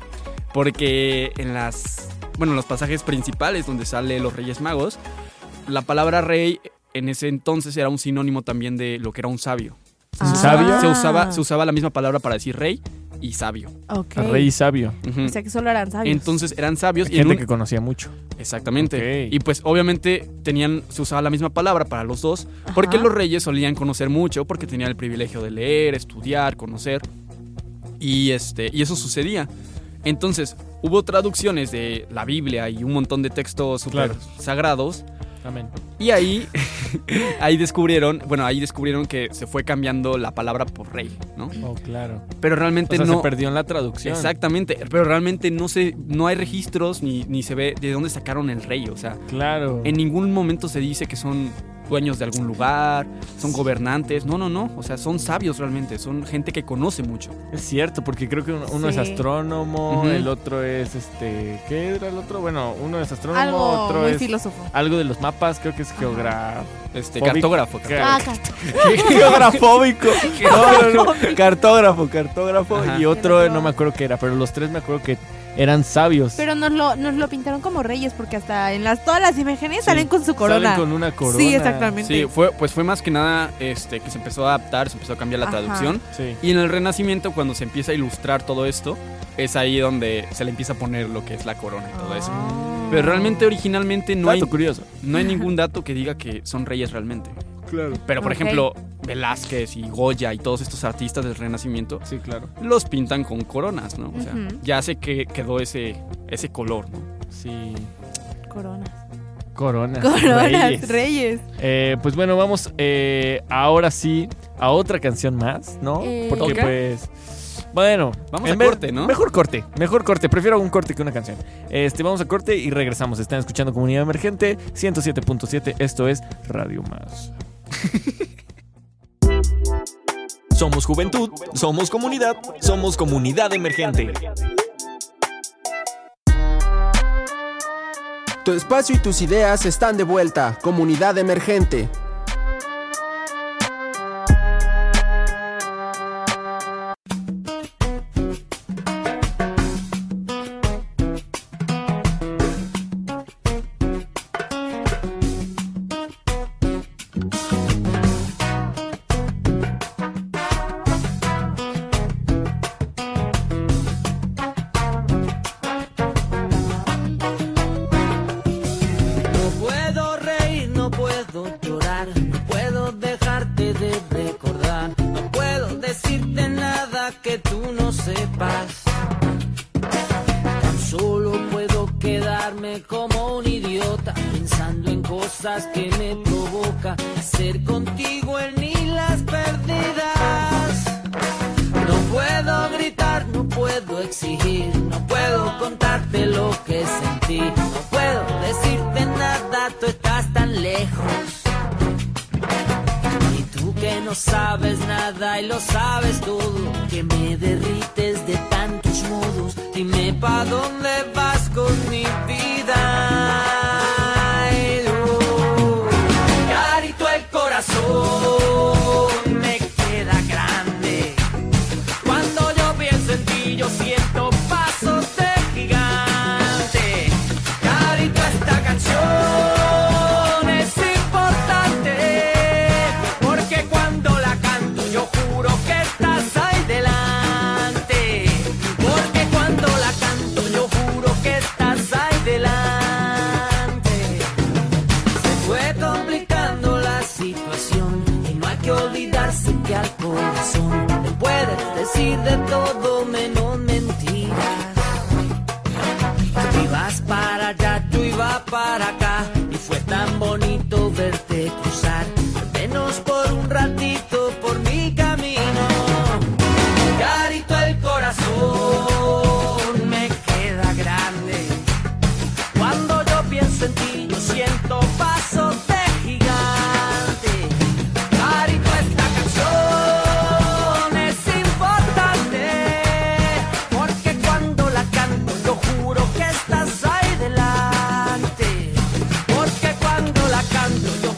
Porque en las, bueno, en los pasajes principales donde sale los Reyes Magos, la palabra rey en ese entonces era un sinónimo también de lo que era un sabio. Ah. ¿Sabio? Se usaba, se usaba la misma palabra para decir rey y sabio. Ok. Rey sabio. Ujú. O sea que solo eran sabios. Entonces eran sabios y en Gente un- que conocía mucho. Exactamente. Ok. Y pues obviamente tenían, se usaba la misma palabra para los dos, porque Ajá. los reyes solían conocer mucho, porque tenían el privilegio de leer, estudiar, conocer. Y este, y eso sucedía. Entonces, hubo traducciones de la Biblia y un montón de textos súper Claro. sagrados. Amén. Y ahí, ahí descubrieron, bueno, ahí descubrieron que se fue cambiando la palabra por rey, ¿no? Oh, claro. Pero realmente O sea, no. se perdió en la traducción. Exactamente, pero realmente no se, no hay registros ni, ni se ve de dónde sacaron el rey. O sea, Claro. en ningún momento se dice que son dueños de algún lugar, son gobernantes. No, no, no. O sea, son sabios realmente, son gente que conoce mucho. Es cierto, porque creo que uno, uno es Sí. astrónomo, Ujú. el otro es este. ¿Qué era el otro? Bueno, uno es astrónomo, Algo otro muy es filósofo. algo de los mapas, creo que es geógrafo. Este, Fóbico. cartógrafo. Ca- Ah, carta. Geografóbico. No, no, no. Cartógrafo, cartógrafo. Ajá. Y otro, El otro- no me acuerdo qué era, pero los tres me acuerdo que eran sabios. Pero nos lo, nos lo pintaron como reyes porque hasta en las todas las imágenes salen con su corona. Salen con una corona. Sí, exactamente. Sí, fue, pues fue más que nada este, que se empezó a adaptar, se empezó a cambiar la Ajá. traducción. Sí. Y en el Renacimiento, cuando se empieza a ilustrar todo esto, es ahí donde se le empieza a poner lo que es la corona y todo eso. Ah. Pero realmente, originalmente, no hay, Dato curioso. no hay ningún dato que diga que son reyes realmente. Claro. Pero, por Ok. ejemplo, Velázquez y Goya y todos estos artistas del Renacimiento Sí, claro. los pintan con coronas, ¿no? O sea, Ujú. ya sé que quedó ese, ese color, ¿no? Sí. Coronas. Coronas. Coronas, Reyes. reyes. Eh, pues bueno, vamos eh, ahora sí a otra canción más, ¿no? Eh, Porque Ok. pues... Bueno, Vamos en a vez- corte, ¿no? Mejor corte, mejor corte. Prefiero un corte que una canción. Este, vamos a corte y regresamos. Están escuchando Comunidad Emergente ciento siete punto siete. Esto es Radio Más. Somos juventud, somos comunidad, somos comunidad emergente. Tu espacio y tus ideas están de vuelta. Comunidad Emergente. No puedo reír, no puedo llorar, no puedo dejarte de recordar, no puedo decirte nada que tú no sepas. Tan solo puedo quedarme como un idiota, pensando en cosas que me provoca hacer contigo en ni las perdidas. No puedo gritar, no puedo exigir, no puedo contarte lo que sentí, no puedo decirte nada, tú estás tan lejos. Y tú que no sabes nada y lo sabes todo, que me derrites de tantos modos, dime pa' dónde vas con mi vida. Ay, oh. Carito, el corazón me queda grande. Cuando yo pienso en ti, yo siento pasos de gigante. Carito, esta canción es importante, porque cuando la canto, yo juro que estás ahí delante. Porque cuando la canto, yo juro que estás ahí delante. Se fue complicando la situación y no hay que olvidarse que al corazón le puedes decir de todo menos mentiras. Tú ibas para allá, yo iba para acá y fue tan bonito verte cruzar, al menos por un ratito por mi camino. Carito, el corazón me queda grande. Cuando yo pienso en ti, yo siento pasos de gigante. Carito, esta canción es importante, porque cuando la canto, yo juro que estás ahí delante. Porque cuando la canto, yo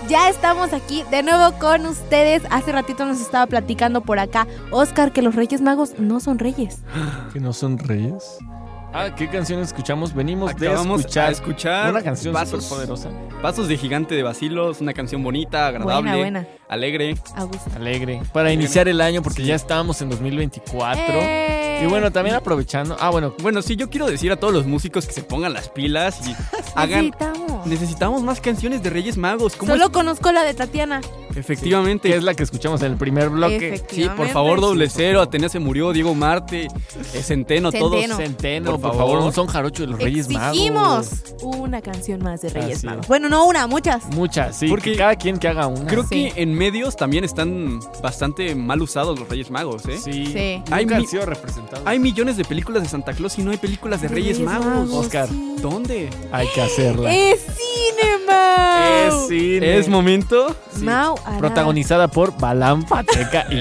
Ya estamos aquí de nuevo con ustedes. Hace ratito nos estaba platicando por acá Oscar que los Reyes Magos no son reyes. ¿Que no son reyes? Ah, ¿qué canción escuchamos? Venimos Acabamos de escuchar, a escuchar una canción Pasos- súper poderosa. Pasos de Gigante de Bacilos, una canción bonita, agradable, Buena, buena. alegre. A gusto. Alegre. Para iniciar el año, porque ya estábamos en dos mil veinticuatro. ¡Eh! Y bueno, también aprovechando. Ah, bueno, Bueno, sí, yo quiero decir a todos los músicos que se pongan las pilas y hagan... Necesitamos. Necesitamos más canciones de Reyes Magos. ¿Cómo Solo es? conozco la de Tatiana. Efectivamente. que es la que escuchamos en el primer bloque. Efectivamente. Sí, por favor, doble cero, Atenea se murió, Diego Marte, eh, Centeno, todos. Centeno. Centeno, Por por, favor. favor, un son jarocho de los Reyes Magos. Exigimos una canción más de Reyes Así Magos. es. Bueno, no una, muchas. Muchas, sí. Porque que cada quien que haga una. Creo Sí. que en medios también están bastante mal usados los Reyes Magos, ¿eh? Sí. Sí. Nunca Hay han mi- sido representados. Hay millones de películas de Santa Claus y no hay películas de Reyes, Magos. Oscar. sí. ¿Dónde? Hay que hacerla. ¡Es cine, Mau! Es cine. ¿Es momento? Sí. Mau hará- Protagonizada por Balán Pacheca y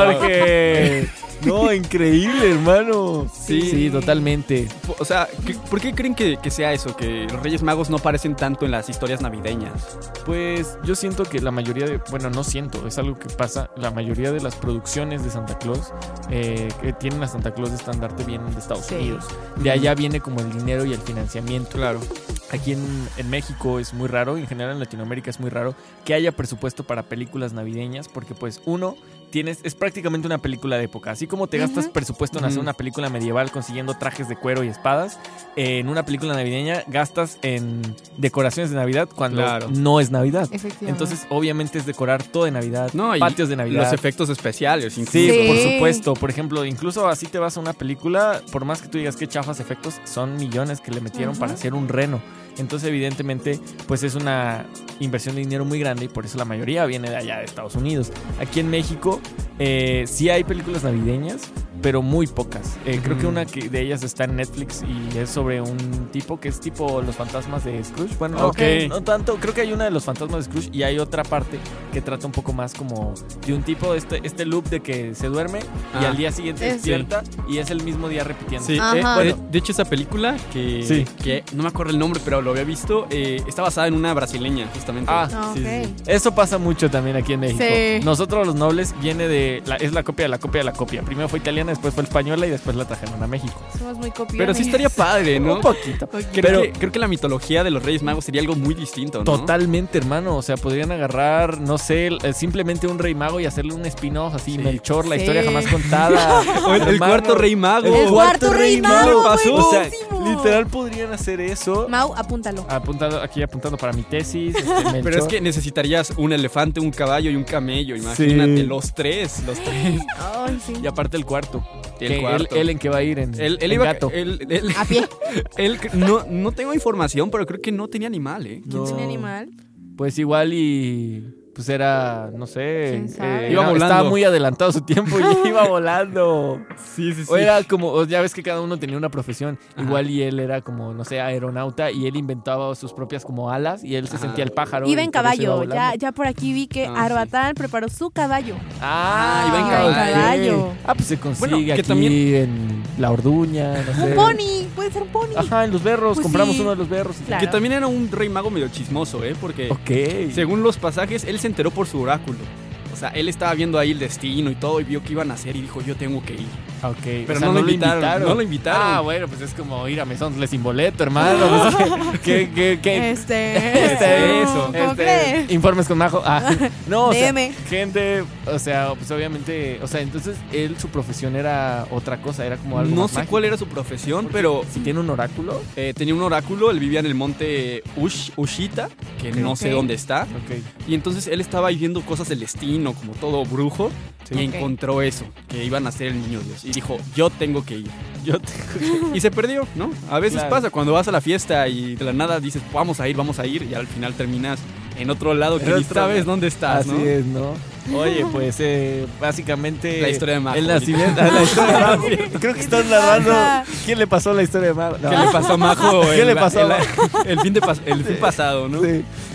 Jorge. No, increíble, hermano. Sí. sí, totalmente. O sea, ¿qué- ¿por qué creen que, que sea eso? Que los Reyes Magos no aparecen tanto en las historias navideñas. Pues yo siento que la mayoría de, bueno, no siento, es algo que pasa, la mayoría de las producciones de Santa Claus eh, que tienen a Santa Claus de estandarte vienen de Estados Sí. Unidos. De allá viene como el dinero y el financiamiento. Claro. Aquí en, en México es muy raro, en general en Latinoamérica es muy raro que haya presupuesto para películas navideñas, porque pues uno, tienes, es prácticamente una película de época. Así como te gastas Ujú. presupuesto en hacer Ujú. una película medieval consiguiendo trajes de cuero y espadas, eh, en una película navideña gastas en decoraciones de Navidad cuando Claro. no es Navidad. Efectivamente. Entonces obviamente es decorar todo de Navidad, No, y patios de Navidad. Los efectos especiales, incluso. Sí, Sí. por supuesto. Por ejemplo, incluso así te vas a una película, por más que tú digas que chafas efectos, son millones que le metieron Ujú. para hacer un reno. Entonces, evidentemente, pues es una inversión de dinero muy grande y por eso la mayoría viene de allá de Estados Unidos. Aquí en México eh, sí hay películas navideñas, pero muy pocas. Eh, creo que una que de ellas está en Netflix y es sobre un tipo que es tipo los fantasmas de Scrooge. Bueno, no- Ok. no tanto. Creo que hay una de los fantasmas de Scrooge y hay otra parte que trata un poco más como de un tipo, este, este loop de que se duerme y Ah. al día siguiente Es- despierta y es el mismo día repitiendo. Sí, Ajá. eh, Bueno. de, de hecho esa película que, Sí. que no me acuerdo el nombre, pero lo había visto, eh, está basada en una brasileña, justamente. Ah, Ah, sí, ok. sí, sí. Eso pasa mucho también aquí en México. Sí. Nosotros los nobles viene de la, es la copia de la copia de la copia. Primero fue italiana, después fue española y después la trajeron a México. Somos muy copiones. Pero sí estaría padre, ¿no? Un poquito. Creo, Pero- que, creo que la mitología de los Reyes Magos sería algo muy distinto, ¿no? Totalmente, hermano. O sea, podrían agarrar, no sé, el- eh, simplemente un rey mago y hacerle un spin-off así, Sí. Melchor, la Sí. historia jamás contada. O el, el Hermano, cuarto Rey Mago. El cuarto rey mago, O sea, buenísimo. literal podrían hacer eso. Mau, apúntalo. Apuntado, aquí apuntando para mi tesis. este, Melchor. Pero es que necesitarías un elefante, un caballo y un camello. Imagínate, los tres, los tres. Ay, sí. Y aparte el cuarto. El Que cuarto. Él, él en qué va a ir en, Él, él en iba gato. Él, él- A pie. él- no, no tengo información, pero creo que no tenía animal, ¿eh? ¿Quién No. tiene animal? Pues igual y pues era, no sé, ¿Quién sabe? Iba era- volando. estaba muy adelantado su tiempo y iba volando. Sí, sí, O era como, o ya ves que cada uno tenía una profesión. Igual y él era como, no sé, aeronauta y él inventaba sus propias como alas y él se Ajá. sentía el pájaro. Iba y en por eso iba caballo. Ya, volando. ya por aquí vi que Ah, Arbatán preparó su caballo. Ah, iba en Iba en caballo. caballo. Ah, pues se consigue Bueno, que aquí también- en La Orduña, no sé. Un pony. Puede ser un pony. Ajá, en los berros. Pues compramos sí. uno de los berros. Claro. Que también era un rey mago medio chismoso, ¿eh? Porque Ok. según los pasajes, él se enteró por su oráculo. O sea, él estaba viendo ahí el destino y todo y vio que iban a hacer y dijo, yo tengo que ir. Ok, Pero no lo invitaron, no lo invitaron. Ah, bueno, pues es como ir a Mesón sin boleto, hermano. Pues, ¿Qué, qué, qué? Este. Este, eso. eso, ¿Cómo Este, crees? informes con Majo. Ah, no, o sea, D M. gente, o sea, pues obviamente, o sea, entonces él, su profesión era otra cosa, era como algo No más sé mágico. cuál era su profesión, pero Si tiene un oráculo. eh, tenía un oráculo, él vivía en el monte Ush, Ushita, que no sé Ok. dónde está. Ok. Y entonces él estaba ahí viendo cosas del destino, como todo brujo, y Ok. encontró eso, que iban a ser el niño Dios. Y dijo, yo tengo que ir. Yo te... Y se perdió, ¿no? A veces Claro. pasa cuando vas a la fiesta y de la nada dices, vamos a ir, vamos a ir, y al final terminas en otro lado que En ni otro sabes lado. dónde estás, Así ¿no? es, ¿no? Oye, pues eh, básicamente... La historia de Majo, El nacimiento... ah, la historia de Majo. Creo que estás narrando... pasa? ¿Quién le pasó la historia de Majo? No. ¿Qué le pasó a Majo? ¿Qué el- le pasó a el- Majo? El fin, de pas- el fin pasado, ¿no? Sí.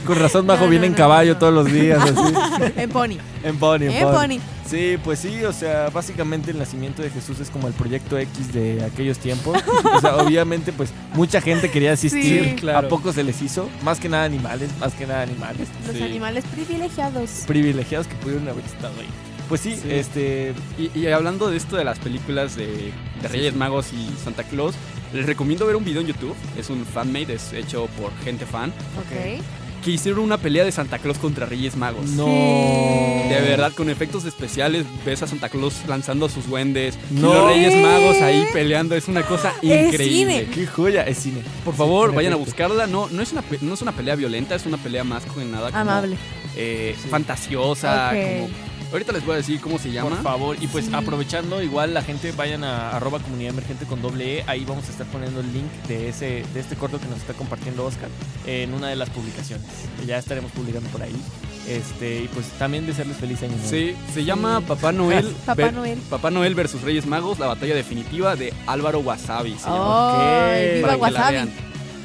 Con razón Majo No, viene no, en no, caballo no. todos los días, así. En pony. En pony, en, En pony. pony. Sí, pues sí, o sea, básicamente el nacimiento de Jesús es como el proyecto X de aquellos tiempos. O sea, obviamente, pues mucha gente quería asistir. Sí. Claro. ¿A poco se les hizo? Más que nada animales, más que nada animales. Los Sí. animales privilegiados. Privilegiados que pudieron haber estado ahí. Pues sí, Sí. este... Y, y hablando de esto de las películas de, de Reyes Magos y Santa Claus, les recomiendo ver un video en YouTube. Es un fanmade, es hecho por gente fan, Ok. que hicieron una pelea de Santa Claus contra Reyes Magos. No. De verdad, con efectos especiales, ves a Santa Claus lanzando a sus duendes y No. los Reyes Magos ahí peleando. Es una cosa Es increíble. cine. ¡Qué joya! Es cine. Por favor, En vayan a efecto. buscarla. No, no, es una, pe- no es una pelea violenta, es una pelea más con nada como, Amable. eh, Sí. fantasiosa. Ok. Como, ahorita les voy a decir cómo se llama. Por favor, y pues Sí. aprovechando, igual la gente vayan a arroba comunidad emergente con doble E, ahí vamos a estar poniendo el link de ese de este corto que nos está compartiendo Oscar en una de las publicaciones. Ya estaremos publicando por ahí. Este, y pues también desearles feliz año nuevo. Sí, se llama Papá Noel. Papá ver- Noel. Papá Noel versus Reyes Magos, la batalla definitiva de Álvaro Wasabi. Se llama. Oh, Ok. viva Para que la Wasabi. vean.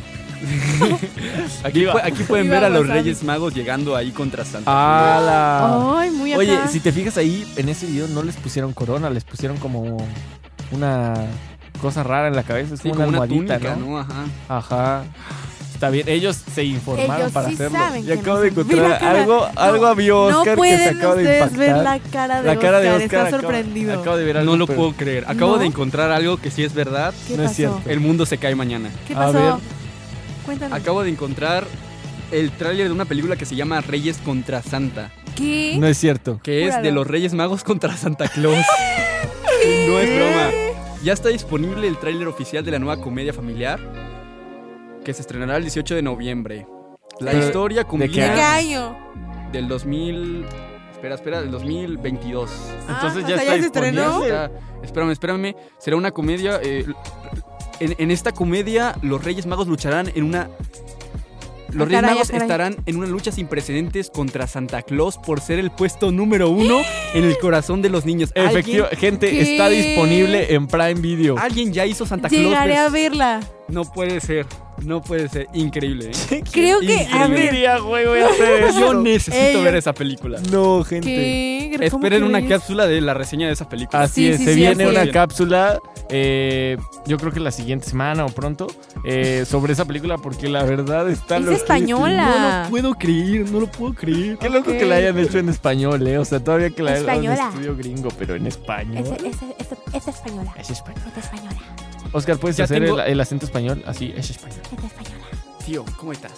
Aquí, Viva. pu- aquí pueden Viva ver a los Wasabi. Reyes Magos llegando ahí contra Santa ¡Hala! Ay, muy acá. Oye, si te fijas ahí, en ese video no les pusieron corona, les pusieron como una cosa rara en la cabeza. Es Sí, como, como una una almohadita, túnica, ¿no? ¿no? Ajá. Ajá. Está bien, ellos se informaron Ellos para sí hacerlo. saben Y que acabo no de son- encontrar Mira, cara, algo, no, algo había Oscar no que se pueden acaba de ustedes impactar. ver la cara de La cara de Oscar, Oscar está acaba- sorprendido. Acabo de ver algo, No lo pero puedo creer. Acabo ¿No? de encontrar algo que sí es verdad. ¿Qué no es pasó? cierto. El mundo se cae mañana. ¿Qué A pasó? ver. Cuéntanos. Acabo de encontrar el tráiler de una película que se llama Reyes contra Santa, ¿Qué? No es cierto. que es Júralo. de los Reyes Magos contra Santa Claus. No es broma. Ya está disponible el tráiler oficial de la nueva comedia familiar que se estrenará el dieciocho de noviembre. La Pero, historia ¿de qué ¿De qué combina año? del dos mil... Espera, espera, del dos mil veintidós. Entonces Ah, ya o sea, está ya se estrenó. disponible. Está- espérame, espérame. Será una comedia. eh, en, en esta comedia, los Reyes Magos lucharán en una. Los Ah, Reyes caray, Magos ah, caray. estarán en una lucha sin precedentes contra Santa Claus por ser el puesto número uno en el corazón de los niños. Efectivo, ¿Alguien, gente, ¿Qué? está disponible en Prime Video. alguien ya hizo Santa Claus. Llegaré a vers- verla. No puede ser. No puede ser. Increíble. ¿eh? Creo que, a Increíble. ver, Diría, güey, voy a hacer eso. Yo necesito Ellos- ver esa película. No, gente. ¿qué? ¿Cómo Esperen una crees? cápsula de la reseña de esa película. Así Sí, es, sí, se sí, viene así una es. cápsula, eh, yo creo que la siguiente semana o pronto, eh, sobre esa película, porque la verdad está Es loquísima. española. No lo puedo creer, no lo puedo creer. Qué loco Ok. que la hayan hecho en español, eh. O sea, todavía que la hagan en un Española. estudio gringo, pero en español. Es, es, es, es española. Es español. Es española. Oscar, ¿puedes Ya hacer tengo- el, el acento español? Así, es español. Es española. Tío, ¿cómo estás?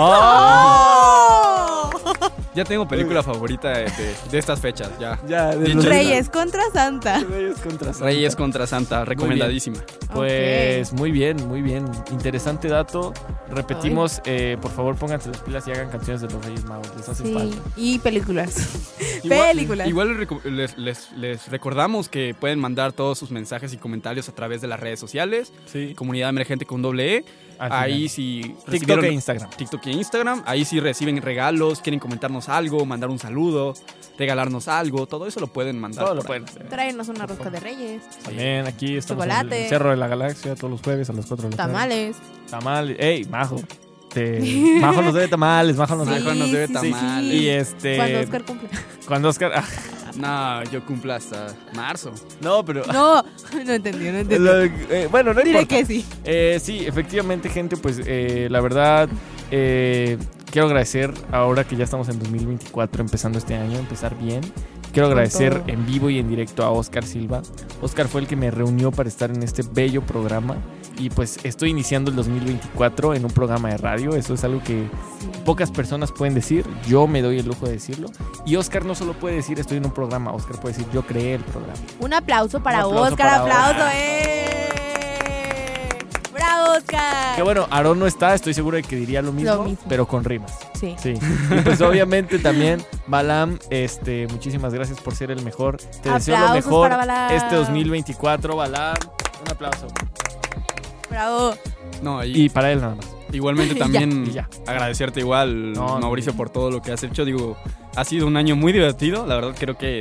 ¡Oh! Ya tengo película favorita de, de- de estas fechas, ya. Ya, de Dicho los- Reyes contra Santa. Reyes contra Santa. Reyes contra Santa, recomendadísima. Pues muy bien, muy bien. Interesante dato. Repetimos, eh, por favor pónganse las pilas y hagan canciones de los Reyes Magos. Les hace Sí, falta. y películas. Igual- películas. Igual les, reco- les- les- les recordamos que pueden mandar todos sus mensajes y comentarios a través de las redes sociales. Sí. Comunidad Emergente con doble E. Al Ahí final. sí TikTok recibieron- e Instagram. TikTok e Instagram. Ahí sí reciben regalos, quieren comentarnos algo, mandar un saludo, regalarnos algo. Todo eso lo pueden mandar. Todo lo por pueden ahí. hacer. Tráenos una rosca de Reyes. También aquí estamos en Chocolate. el Cerro de la Galaxia todos los jueves a las cuatro de la tarde. Tamales. Tamales. Ey, Majo. Te- Majo nos debe tamales, Majo nos Sí. debe. Majo nos debe sí, tamales. sí. Y este. Cuando Oscar cumple. Cuando Oscar. ah, No, yo cumplo hasta marzo. no, pero. No, no entendió, no entendió. Lo- eh, bueno, no Diré importa. que sí. Eh, sí, efectivamente, gente, pues eh, la verdad, eh, quiero agradecer ahora que ya estamos en dos mil veinticuatro, empezando este año, empezar bien. Quiero Con agradecer todo. en vivo y en directo a Oscar Silva. Oscar fue el que me reunió para estar en este bello programa y pues estoy iniciando el dos mil veinticuatro en un programa de radio. Eso es algo que pocas personas pueden decir. Yo me doy el lujo de decirlo. Y Oscar no solo puede decir estoy en un programa, Oscar puede decir yo creé el programa. Un aplauso para Un aplauso Oscar, para aplauso, Oscar. ¡eh! ¡Bravo, Oscar! Que bueno, Aarón no está, estoy seguro de que diría lo mismo, Lo mismo. pero con rimas. Sí. Sí. Y pues obviamente también, Balam, este, muchísimas gracias por ser el mejor. Te deseo lo Aplausos mejor para Balam. este dos mil veinticuatro, Balam. Un aplauso. Bravo. No, y, Y para él nada más. igualmente también Y ya. agradecerte igual, No, Mauricio, no. por todo lo que has hecho. Digo, ha sido un año muy divertido. La verdad creo que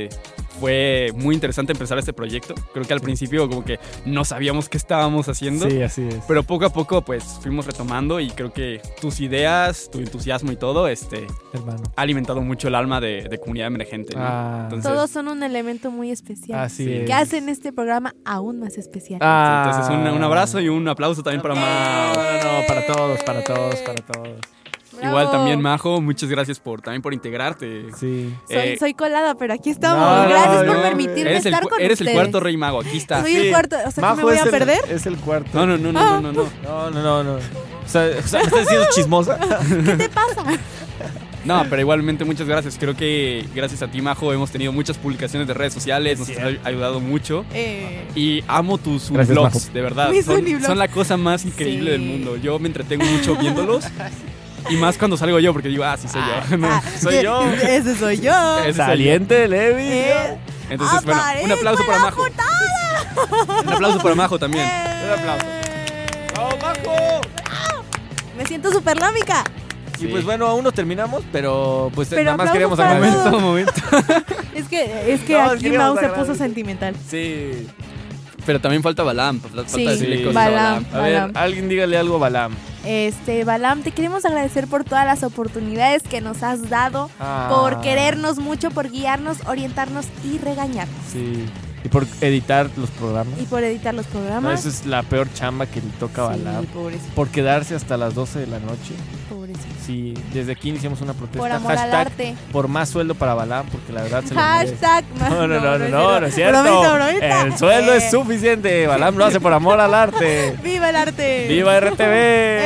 fue muy interesante empezar este proyecto. Creo que al principio como que no sabíamos qué estábamos haciendo. Sí, así es. Pero poco a poco pues fuimos retomando y creo que tus ideas, tu entusiasmo y todo este, hermano, ha alimentado mucho el alma de, de Comunidad Emergente, ¿no? Ah. Entonces, Todos son un elemento muy especial. Así Sí. es. Que hacen este programa aún más especial. Ah. entonces un, un abrazo y un aplauso también para No, Majo. no, no, para todos, para todos, para todos. ¡Bravo! Igual también Majo, muchas gracias por también por integrarte. Sí. Soy, Eh, soy colada, pero aquí estamos. no, Gracias no, por no, permitirme Eres, el, estar cu- con eres el ustedes. cuarto rey mago, aquí está. Soy Sí. el cuarto. O sea, ¿que Majo me voy es a el- perder? Es el cuarto. No, no, no, no, no, no, no. No, no, no, no. O sea, o sea, ¿me estás diciendo chismosa? ¿Qué te pasa? No, pero igualmente muchas gracias. Creo que gracias a ti, Majo, hemos tenido muchas publicaciones de redes sociales, nos has ayudado mucho. Eh, Y amo tus Gracias, uniblogs, Majo. de verdad. Mis Son, uniblogs. son la cosa más increíble Sí. del mundo. Yo me entretengo mucho viéndolos. Y más cuando salgo yo, porque digo, ah, sí soy yo. No, ah, soy que- yo. Ese soy yo. Ese soy Saliente, Levi. Eh, Entonces, bueno, un aparezco aplauso en para la Majo. Un aplauso para Majo también. Eh, Un aplauso. ¡Vamos, Majo! Me siento súper lámica. Y pues bueno, aún no terminamos, pero pues Pero nada más aplausos queríamos para agradecer. todos. momento. Es que, es que No, aquí queríamos Mau se agradecer. puso sentimental. Sí. Pero también falta Balam. Falta Sí, decirle sí. cosas a Balam. A ver, Balam. alguien dígale algo a Balam. Este, Balam, te queremos agradecer por todas las oportunidades que nos has dado, Ah. por querernos mucho, por guiarnos, orientarnos y regañarnos. Sí. Y por editar los programas. Y por editar los No, programas. esa es la peor chamba que le toca a Balam. Sí, pobrecito, Por quedarse hasta las doce de la noche. pobrecito. Sí, desde aquí iniciamos una protesta. Por amor al Hashtag arte. por más sueldo para Balam, porque la verdad se lo merece. Hashtag. No, no, no, no, no, no es cierto. Bromita, bromita. El sueldo Eh, es suficiente. Balam lo hace por amor al arte. ¡Viva el arte! ¡Viva R T V!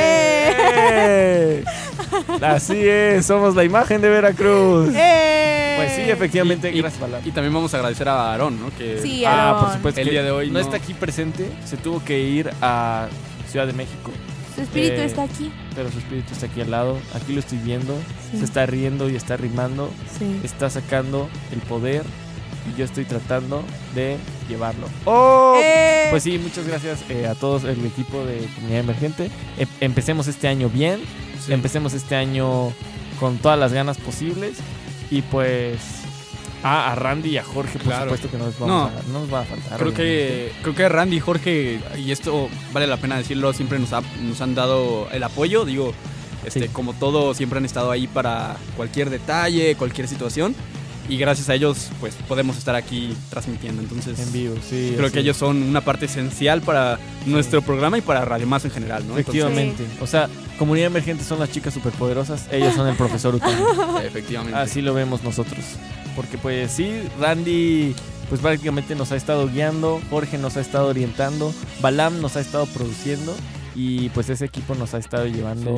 Eh. ¡Eh! Así es, somos la imagen de Veracruz. ¡Eh! Pues sí, efectivamente, Y- y- gracias, Balam. Y también vamos a agradecer a Aarón, ¿no? Que Sí, Ah, Aarón. por supuesto. El que día de hoy no no. está aquí presente, se tuvo que ir a Ciudad de México, Su espíritu Eh, está aquí. pero su espíritu está aquí al lado. Aquí lo estoy viendo, Sí. se está riendo y está rimando, Sí. está sacando el poder y yo estoy tratando de llevarlo. ¡Oh! Eh. Pues sí, muchas gracias eh, a todos el equipo de Comunidad Emergente. Em- empecemos este año bien, Sí. empecemos este año con todas las ganas posibles y pues ah, a Randy y a Jorge, por Claro. supuesto que no nos, vamos No. a, no nos va a faltar. Creo obviamente. que, creo que Randy y Jorge, y esto vale la pena decirlo, siempre nos, ha- nos han dado el apoyo. Digo, este, Sí. como todo, siempre han estado ahí para cualquier detalle, cualquier situación. Y gracias a ellos, pues podemos estar aquí transmitiendo. Entonces, En vivo, sí. creo así que es. ellos son una parte esencial para nuestro programa y para Radio Más en general, ¿no? Efectivamente. O sea, Comunidad Emergente son las chicas superpoderosas, ellos son el profesor Utami. Entonces, efectivamente. Así lo vemos nosotros. Porque pues sí, Randy pues prácticamente nos ha estado guiando, Jorge nos ha estado orientando, Balam nos ha estado produciendo y pues ese equipo nos ha estado llevando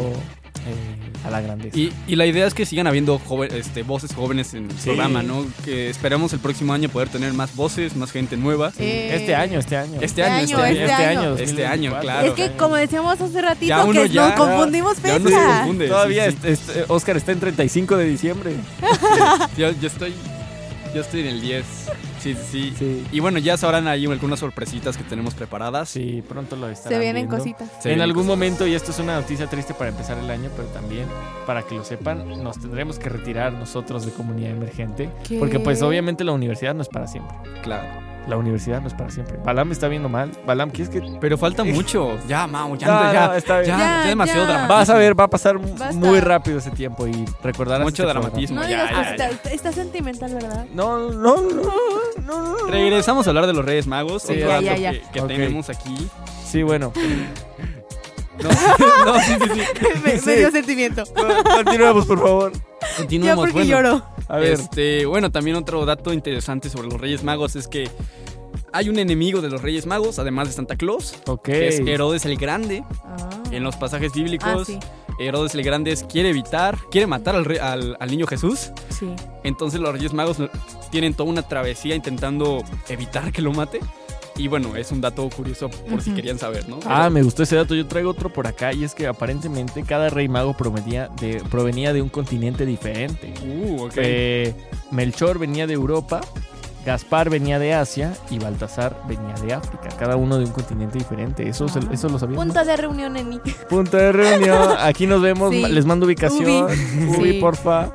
eh, a la grandeza. Y, y la idea es que sigan habiendo joven- este, voces jóvenes en el Sí. programa, ¿no? Que esperemos el próximo año poder tener más voces, más gente nueva. Eh, Este año, este año. Este año, este año. este Este año. año, Este año, dos mil veinticuatro. claro. Es que como decíamos hace ratito, Ya uno que ya- nos confundimos ya uno se fecha. confunde. Todavía sí, sí. est- est- Oscar está en treinta y cinco de diciembre. Yo, yo estoy yo estoy en el diez. Sí, sí, sí. Sí. Y bueno, ya sabrán ahí algunas sorpresitas que tenemos preparadas. Sí, pronto lo estarán Se vienen viendo. cositas. Se En vienen algún cosas. momento, y esto es una noticia triste para empezar el año, pero también para que lo sepan, nos tendremos que retirar nosotros de Comunidad Emergente. ¿Qué? Porque pues obviamente la universidad no es para siempre. Claro. La universidad no es para siempre. Balam me está viendo mal. Balam, ¿quieres que...? Pero falta mucho. Ya, Mau, ya, No, ya, no, está bien. ya, Ya, ya demasiado ya. dramatismo. Vas a ver, va a pasar Basta. muy rápido ese tiempo y recordarás Mucho este dramatismo. No ya, digas ya, cositas. ya. Está, está sentimental, ¿verdad? programa. No, no, no, no, no. Regresamos a hablar de los Reyes Magos. Sí, un ya, rato ya, ya. que, que Ok. tenemos aquí. Sí, bueno. No, no, sí, sí, sí. me, Sí. me dio sentimiento. Continuemos, por favor. Ya Continuemos. porque bueno, lloro. A ver. Este, bueno, también otro dato interesante sobre los Reyes Magos es que hay un enemigo de los Reyes Magos, además de Santa Claus, Ok. que es Herodes el Grande. Ah. En los pasajes Ah, bíblicos, sí. Herodes el Grande quiere evitar, quiere matar al, re- al, al niño Jesús. Sí. Entonces los Reyes Magos no- tienen toda una travesía intentando evitar que lo mate. Y bueno, es un dato curioso por si Ujú. querían saber, ¿no? Ah, me gustó ese dato. Yo traigo otro por acá y es que aparentemente cada rey mago provenía de, provenía de un continente diferente. Uh, ok. Eh, Melchor venía de Europa, Gaspar venía de Asia y Baltasar venía de África. Cada uno de un continente diferente. Eso, se- Ah. eso lo sabíamos. Punto de reunión en mí. Punto de reunión. Aquí nos vemos. Sí. Les mando ubicación. Ubi. Ubi, Sí. porfa.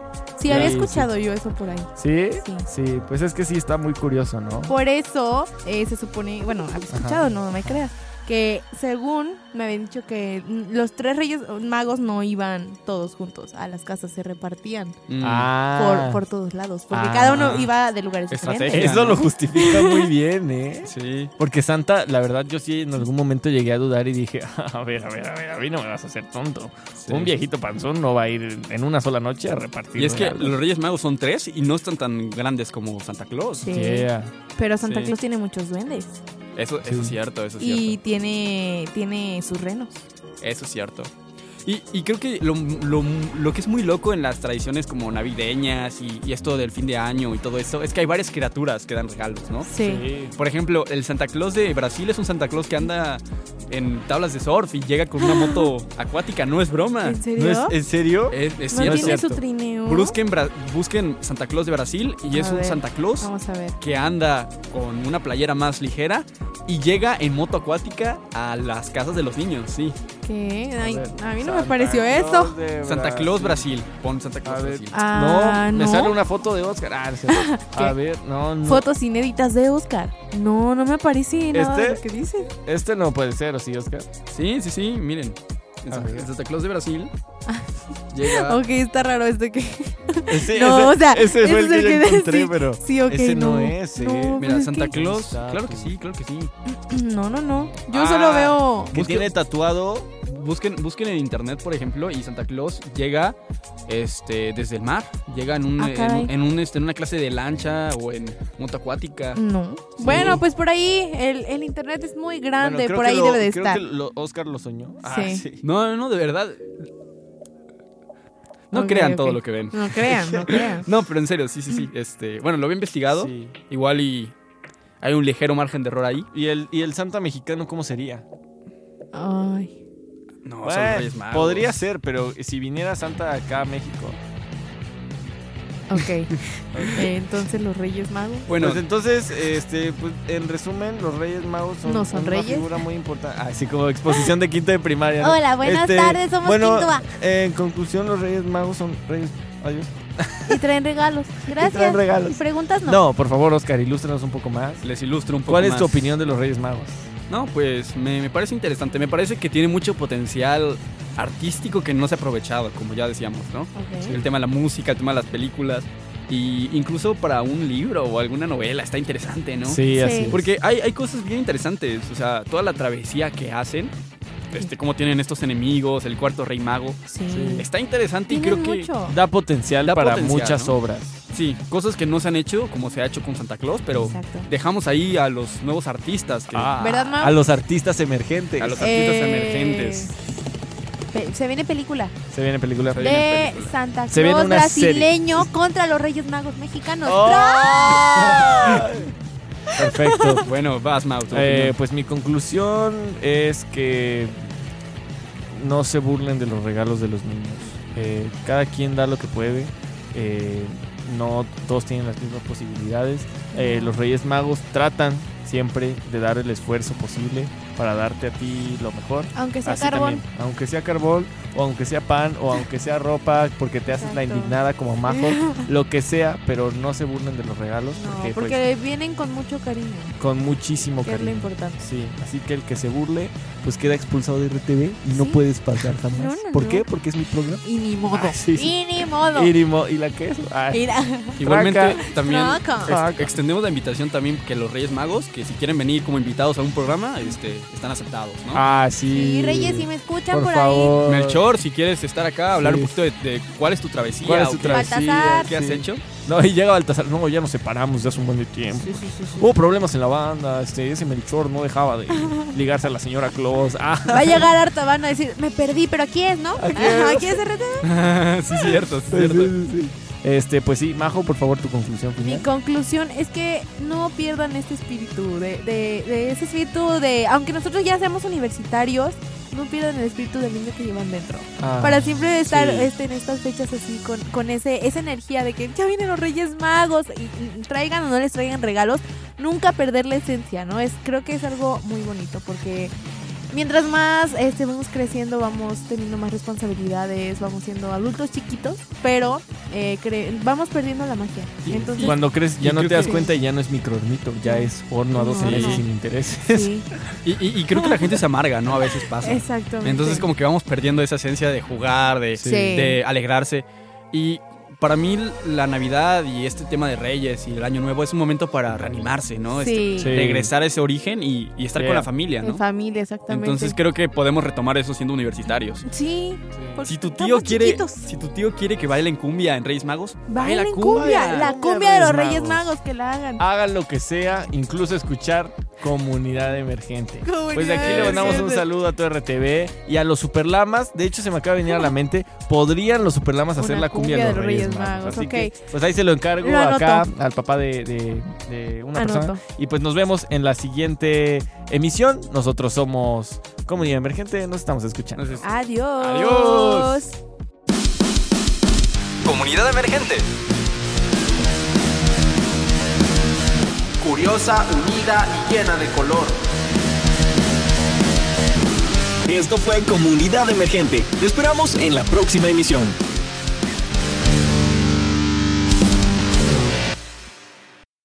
Sí, había escuchado yo eso por ahí. ¿Sí? Sí. Sí, pues es que sí está muy curioso, ¿no? Por eso eh, se supone, bueno, había escuchado, no me creas, que según me habían dicho que los tres reyes magos no iban todos juntos a las casas, se repartían Mm. Ah. por, por todos lados, porque Ah. cada uno iba de lugares Estrategia. diferentes. Eso lo justifica muy bien, ¿eh? Sí. Porque Santa, la verdad, yo sí en algún momento llegué a dudar y dije, a ver, a ver, a ver, a mí no me vas a hacer tonto. Sí. Un viejito panzón no va a ir en una sola noche a repartir. Y es que regalos. los Reyes Magos son tres y no están tan grandes como Santa Claus. Sí. Yeah. Pero Santa Sí. Claus tiene muchos duendes Eso, eso es cierto, eso es y cierto. tiene, tiene sus renos. Eso es cierto. Y, y creo que lo, lo, lo que es muy loco en las tradiciones como navideñas y, y esto del fin de año y todo eso es que hay varias criaturas que dan regalos, ¿no? Sí. Por ejemplo, el Santa Claus de Brasil es un Santa Claus que anda en tablas de surf y llega con una moto acuática, no es broma. ¿En serio? ¿No es, ¿En serio? Es, es ¿No cierto. tiene es su cierto. trineo? Busquen, Bra- busquen Santa Claus de Brasil y es A un ver, Santa Claus Vamos a ver. que anda con una playera más ligera y llega en moto acuática a las casas de los niños, sí. ¿Qué? Ay, ver, a mí no Santa me pareció Claus eso. de Santa Claus Brasil. Pon Santa Claus A ver. Brasil. Ah, no, me no. sale una foto de Oscar. Ah, no sé. ¿Qué? A ver, no, no. Fotos inéditas de Oscar. No, no me aparece nada de ¿Este? lo que dice. Este no puede ser, ¿o sí, Oscar? Sí, sí, sí, miren. El A Santa, ver. el Santa Claus de Brasil llega... Ok, está raro esto que... Ese, No, ese- o sea, ese fue el ese que es yo el que- encontré, sí, pero sí, ok, ese no, no. es, ¿eh? No. Mira, Pues es Santa que- Claus, Exacto. claro que sí, claro que sí. No, no, no. Yo Ah, solo veo... Que Busque- tiene tatuado. Busquen, busquen en internet, por ejemplo, y Santa Claus llega este, desde el mar, llega en, un, Ah, en, caray. un- en un, este, en una clase de lancha o en moto acuática. No. Bueno, pues por ahí el, el internet es muy grande, Bueno, creo por que ahí lo- debe de creo estar. que lo- Oscar lo soñó. Ah, Sí. sí. No, no, no, de verdad. No Ok, crean ok. todo lo que ven. No crean, no crean. No, pero en serio, sí, sí, sí. Este, bueno, lo había investigado. Sí. Igual y hay un ligero margen de error ahí. ¿Y el, ¿Y el Santa mexicano cómo sería? Ay. No, son Bueno, los Reyes Magos. podría ser, pero si viniera Santa acá a México. Ok. Eh, entonces los Reyes Magos. Bueno, Pues entonces, este, pues, en resumen, los Reyes Magos son, ¿No son una reyes? figura muy importante. Así como exposición de quinto de primaria. ¿no? Hola, buenas Este, tardes, somos bueno, quinto A. En conclusión, los Reyes Magos son reyes. Adiós. Y traen regalos. Gracias. traen regalos. ¿Y preguntas no? No, por favor, Oscar, ilústranos un poco más. les ilustro un poco ¿Cuál es más. tu opinión de los Reyes Magos? No, pues me, me parece interesante. Me parece que tiene mucho potencial artístico que no se ha aprovechado, como ya decíamos, ¿no? Ok. El tema de la música, el tema de las películas. Y incluso para un libro o alguna novela está interesante, ¿no? Sí, Sí. así es. Porque hay, hay cosas bien interesantes. O sea, toda la travesía que hacen, este, cómo tienen estos enemigos, el cuarto rey mago. Sí. Está interesante y Tienen creo que... mucho. Da potencial Da para potencial, muchas ¿no? obras. Sí, cosas que no se han hecho como se ha hecho con Santa Claus, pero Exacto. dejamos ahí a los nuevos artistas, que, Ah, ¿Verdad, Mau? a los artistas emergentes. a los artistas Eh, emergentes. Pe- Se viene película Se viene película. Se viene de película. Santa Se viene Claus una brasileño contra los Reyes Magos mexicanos. ¡Oh! Perfecto. Bueno, vas, Mau, tu Eh, opinión. pues mi conclusión es que no se burlen de los regalos de los niños. Eh, cada quien da lo que puede. Eh, no todos tienen las mismas posibilidades. Eh, los Reyes Magos tratan siempre de dar el esfuerzo posible para darte a ti lo mejor. Aunque sea Así carbón. también, aunque sea carbón, o aunque sea pan, o aunque sea ropa, porque te haces la Exacto. indignada como Majo, lo que sea, pero no se burlen de los regalos, No, porque, porque vienen con mucho cariño. pues, con muchísimo Que es lo cariño. importante. Sí, así que el que se burle, pues queda expulsado de R T V y no Sí. puedes pasar jamás. No, no, ¿Por no. qué? Porque es mi programa. Y ni modo. Ah, sí, sí. Y ni modo. Y, ni mo- y la queso. Ay. Mira. Igualmente, Traca. también Traca. ex- extendemos la invitación también que los Reyes Magos, que si quieren venir como invitados a un programa, este, están aceptados, ¿no? Ah, sí. Sí, Reyes, si me escuchan por, por, favor. Melchor, si quieres estar acá, hablar Sí. un poquito de, de cuál es tu travesía, ¿Cuál es o tu qué, travesía? Baltasar. qué has Sí. hecho. No, y llega Baltasar. No, ya nos separamos ya hace un buen de tiempo. ahí. Sí, sí, sí, sí. Hubo problemas en la banda. Este, ese Melchor no dejaba de ligarse a la señora Claus. Ah, Va a llegar harto, van a decir, me perdí, pero aquí es, ¿no? Aquí Ajá, es. aquí es R T V. sí, cierto, sí, sí, cierto. sí, sí. Este, pues sí, Majo, por favor, tu conclusión Mi final. conclusión es que no pierdan este espíritu, de, de, de ese espíritu de, aunque nosotros ya seamos universitarios, no pierdan el espíritu del niño que llevan dentro. Ah, Para siempre estar sí. este, en estas fechas así, con, con ese esa energía de que ya vienen los Reyes Magos, y, y traigan o no les traigan regalos, nunca perder la esencia, ¿no? Es, creo que es algo muy bonito, porque mientras más este, vamos creciendo, vamos teniendo más responsabilidades, vamos siendo adultos chiquitos, pero eh, cre- vamos perdiendo la magia. Entonces, Cuando crees, ya Y no creo te das que- cuenta y ya no es microornito, ya es horno a doce No, meses no. sin intereses. sí, Y, y- y creo que la gente se amarga, ¿no? A veces pasa. exactamente. Entonces como que vamos perdiendo esa esencia de jugar, de, Sí. de alegrarse. Y para mí la Navidad y este tema de Reyes y el Año Nuevo es un momento para reanimarse, ¿no? Sí. Este, Sí. regresar a ese origen y, y estar Yeah. con la familia, En ¿no? familia, exactamente. Entonces creo que podemos retomar eso siendo universitarios. Sí. porque Si tu tío estamos quiere, chiquitos. si tu tío quiere que bailen cumbia en Reyes Magos, Bailen baila cumbia, la Cumbia cumbia de los Reyes Reyes Magos. Magos, que la hagan. Hagan lo que sea, incluso escuchar Comunidad Emergente. Comunidad Pues de aquí le mandamos un Emergente. saludo a tu R T V y a los Superlamas. De hecho, se me acaba de venir a la mente, podrían los Superlamas hacer Una la cumbia, de los Reyes, Magos. Magos, Así ok. que, pues ahí se lo encargo Lo anoto. acá al papá de, de- de una Anoto. persona. Y pues nos vemos en la siguiente emisión. Nosotros somos Comunidad Emergente, nos estamos escuchando. Entonces, Adiós. Adiós. Comunidad Emergente. Curiosa, unida y llena de color. Esto fue Comunidad Emergente. Te esperamos en la próxima emisión.